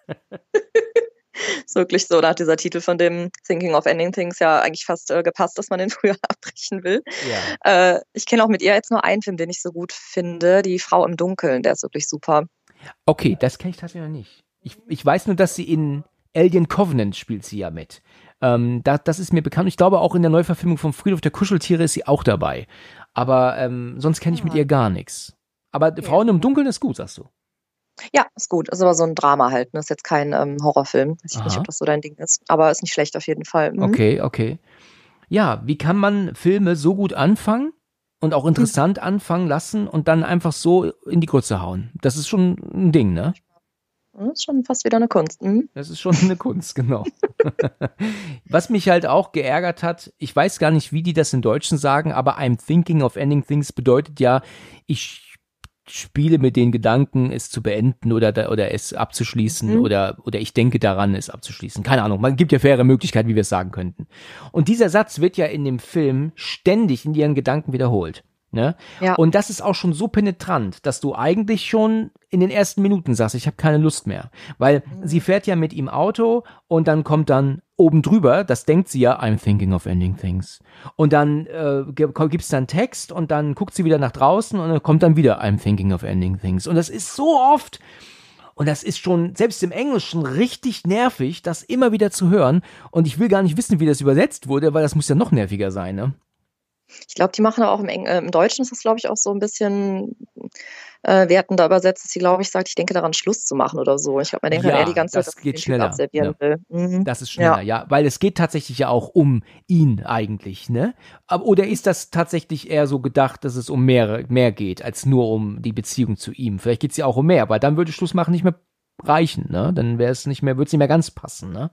Ist wirklich so, da hat dieser Titel von dem Thinking of Ending Things ja eigentlich fast gepasst, dass man den früher abbrechen will. Ja. Ich kenne auch mit ihr jetzt nur einen Film, den ich so gut finde, Die Frau im Dunkeln, der ist wirklich super. Okay, das kenne ich tatsächlich noch nicht. Ich weiß nur, dass sie in Alien Covenant spielt sie ja mit. Das ist mir bekannt. Ich glaube, auch in der Neuverfilmung von Friedhof der Kuscheltiere ist sie auch dabei. Aber sonst kenne ich mit ihr gar nichts. Aber Frauen im Dunkeln ist gut, sagst du? Ja, ist gut. Ist aber so ein Drama halt. Ne? Ist jetzt kein Horrorfilm. Weiß ich nicht, ob das so dein Ding ist. Aber ist nicht schlecht auf jeden Fall. Okay. Ja, wie kann man Filme so gut anfangen und auch interessant anfangen lassen und dann einfach so in die Grütze hauen? Das ist schon ein Ding, ne? Das ist schon fast wieder eine Kunst. Das ist schon eine Kunst, genau. Was mich halt auch geärgert hat, ich weiß gar nicht, wie die das in Deutschen sagen, aber I'm thinking of ending things bedeutet ja, ich spiele mit den Gedanken, es zu beenden oder es abzuschließen oder ich denke daran, es abzuschließen. Keine Ahnung, man gibt ja faire Möglichkeiten, wie wir es sagen könnten. Und dieser Satz wird ja in dem Film ständig in ihren Gedanken wiederholt. Ne? Ja. Und das ist auch schon so penetrant, dass du eigentlich schon in den ersten Minuten sagst, ich habe keine Lust mehr. Weil sie fährt ja mit ihm Auto und dann kommt dann oben drüber, das denkt sie ja, I'm thinking of ending things. Und dann gibt's dann Text und dann guckt sie wieder nach draußen und dann kommt dann wieder, I'm thinking of ending things. Und das ist so oft, und das ist schon, selbst im Englischen, richtig nervig, das immer wieder zu hören. Und ich will gar nicht wissen, wie das übersetzt wurde, weil das muss ja noch nerviger sein, ne? Ich glaube, die machen auch im Deutschen ist das, glaube ich, auch so ein bisschen wertender übersetzt, dass sie, glaube ich, sagt, ich denke daran, Schluss zu machen oder so. Ich glaube, man denkt halt eher die ganze Zeit, das geht schneller. Will. Das ist schneller, ja, weil es geht tatsächlich ja auch um ihn eigentlich, ne? Oder ist das tatsächlich eher so gedacht, dass es um mehr geht, als nur um die Beziehung zu ihm? Vielleicht geht es ja auch um mehr, weil dann würde Schluss machen nicht mehr reichen, ne? Dann wäre es nicht mehr, würde es nicht mehr ganz passen, ne?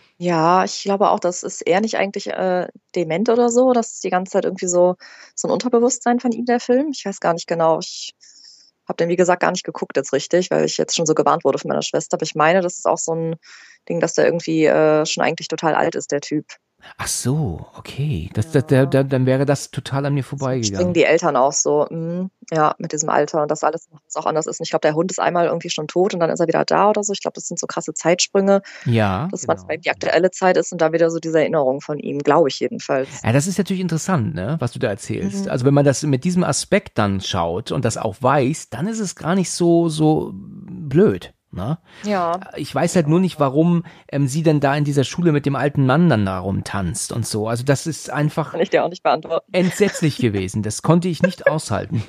Ja, ich glaube auch, das ist eher nicht eigentlich dement oder so. Das ist die ganze Zeit irgendwie so ein Unterbewusstsein von ihm, der Film. Ich weiß gar nicht genau. Ich habe den, wie gesagt, gar nicht geguckt jetzt richtig, weil ich jetzt schon so gewarnt wurde von meiner Schwester. Aber ich meine, das ist auch so ein Ding, dass der irgendwie schon eigentlich total alt ist, der Typ. Ach so, okay. Dann wäre das total an mir vorbeigegangen. Springen die Eltern auch so, ja, mit diesem Alter und das alles auch anders ist. Und ich glaube, der Hund ist einmal irgendwie schon tot und dann ist er wieder da oder so. Ich glaube, das sind so krasse Zeitsprünge. Ja. Dass manchmal die aktuelle Zeit ist und da wieder so diese Erinnerung von ihm, glaube ich jedenfalls. Ja, das ist natürlich interessant, ne, was du da erzählst. Also wenn man das mit diesem Aspekt dann schaut und das auch weiß, dann ist es gar nicht so blöd. Na? Ja. Ich weiß halt nur nicht, warum sie denn da in dieser Schule mit dem alten Mann dann da rumtanzt und so. Also das ist einfach Kann ich dir auch nicht beantworten. Entsetzlich gewesen. Das konnte ich nicht aushalten.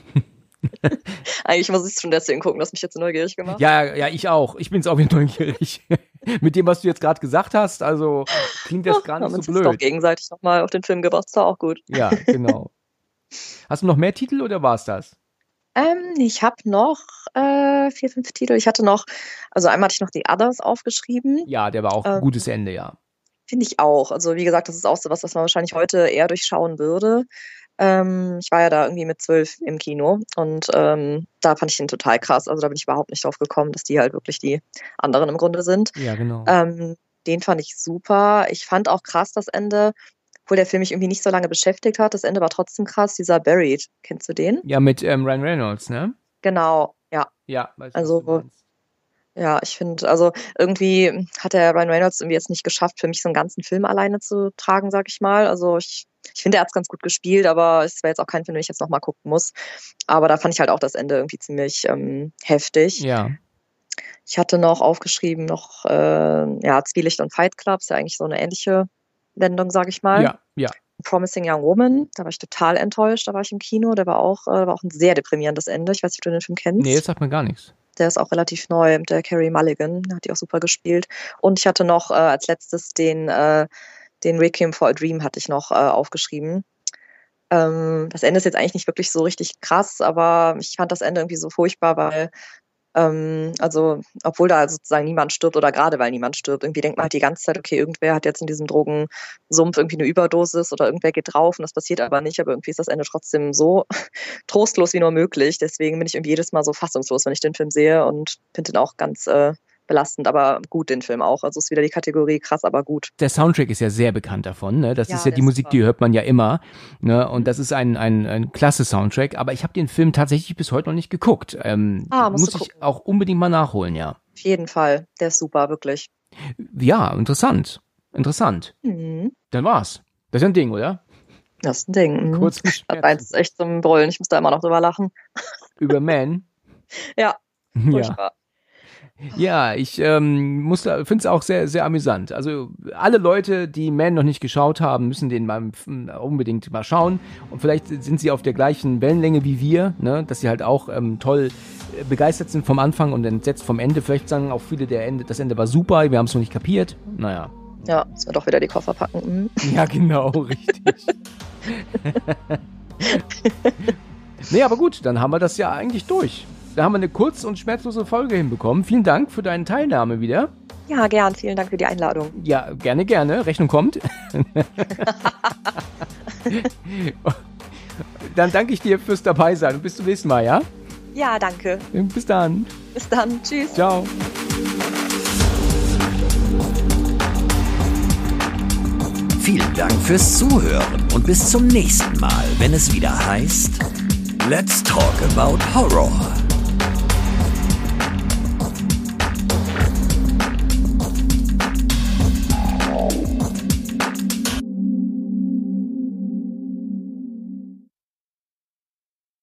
Eigentlich muss ich es schon deswegen gucken, das hat mich jetzt so neugierig gemacht. Ja, ich auch. Ich bin jetzt auch wieder neugierig. Mit dem, was du jetzt gerade gesagt hast, also klingt das gar nicht so blöd. Doch gegenseitig nochmal auf den Film gebracht, ist doch auch gut. Ja, genau. Hast du noch mehr Titel oder war's das? Ich habe noch 4, 5 Titel. Ich hatte noch, also einmal hatte ich noch The Others aufgeschrieben. Ja, der war auch ein gutes Ende, ja. Finde ich auch. Also wie gesagt, das ist auch so was man wahrscheinlich heute eher durchschauen würde. Ich war ja da irgendwie mit 12 im Kino und da fand ich den total krass. Also da bin ich überhaupt nicht drauf gekommen, dass die halt wirklich die anderen im Grunde sind. Ja, genau. Den fand ich super. Ich fand auch krass das Ende, obwohl der Film mich irgendwie nicht so lange beschäftigt hat. Das Ende war trotzdem krass. Dieser Buried, kennst du den? Ja, mit Ryan Reynolds, ne? Genau, ja. Ja, weißt du, Also, was du meinst. ja, ich finde, also irgendwie hat der Ryan Reynolds irgendwie jetzt nicht geschafft, für mich so einen ganzen Film alleine zu tragen, sag ich mal. Also ich finde, er hat es ganz gut gespielt, aber es wäre jetzt auch kein Film, den ich jetzt nochmal gucken muss. Aber da fand ich halt auch das Ende irgendwie ziemlich heftig. Ja. Ich hatte noch aufgeschrieben, Zwielicht und Fight Club, ist ja eigentlich so eine ähnliche Wendung, sag ich mal. Ja. Promising Young Woman, da war ich total enttäuscht, da war ich im Kino, der war auch ein sehr deprimierendes Ende. Ich weiß nicht, ob du den Film kennst. Nee, das sagt mir gar nichts. Der ist auch relativ neu, der Carey Mulligan, hat die auch super gespielt. Und ich hatte noch als letztes den Requiem for a Dream hatte ich noch aufgeschrieben. Das Ende ist jetzt eigentlich nicht wirklich so richtig krass, aber ich fand das Ende irgendwie so furchtbar, weil obwohl da sozusagen niemand stirbt oder gerade weil niemand stirbt, irgendwie denkt man halt die ganze Zeit, okay, irgendwer hat jetzt in diesem Drogensumpf irgendwie eine Überdosis oder irgendwer geht drauf und das passiert aber nicht, aber irgendwie ist das Ende trotzdem so trostlos wie nur möglich. Deswegen bin ich irgendwie jedes Mal so fassungslos, wenn ich den Film sehe und finde den auch ganz belastend, aber gut, den Film auch. Also ist wieder die Kategorie krass, aber gut. Der Soundtrack ist ja sehr bekannt davon, ne? Das ist ja der die ist Musik, super. die hört man ja immer, ne? Und das ist ein klasse Soundtrack, aber ich habe den Film tatsächlich bis heute noch nicht geguckt. Muss ich auch unbedingt mal nachholen, ja. Auf jeden Fall, der ist super, wirklich. Ja, interessant. Mhm. Dann war's. Das ist ja ein Ding, oder? Das ist ein Ding. Kurz und Das eins ist echt zum Brüllen. Ich muss da immer noch drüber lachen. Über Man. Ja, furchtbar. Ja, ich finde es auch sehr, sehr amüsant. Also alle Leute, die Man noch nicht geschaut haben, müssen den mal unbedingt mal schauen. Und vielleicht sind sie auf der gleichen Wellenlänge wie wir, ne? Dass sie halt auch toll begeistert sind vom Anfang und entsetzt vom Ende. Vielleicht sagen auch viele, das Ende war super, wir haben es noch nicht kapiert. Naja. Ja, müssen wir doch wieder die Koffer packen. Ja, genau, richtig. Nee, aber gut, dann haben wir das ja eigentlich durch. Da haben wir eine kurz- und schmerzlose Folge hinbekommen. Vielen Dank für deine Teilnahme wieder. Ja, gern. Vielen Dank für die Einladung. Ja, gerne. Rechnung kommt. Dann danke ich dir fürs Dabeisein und bis zum nächsten Mal, ja? Ja, danke. Bis dann. Bis dann. Tschüss. Ciao. Vielen Dank fürs Zuhören und bis zum nächsten Mal, wenn es wieder heißt Let's Talk About Horror.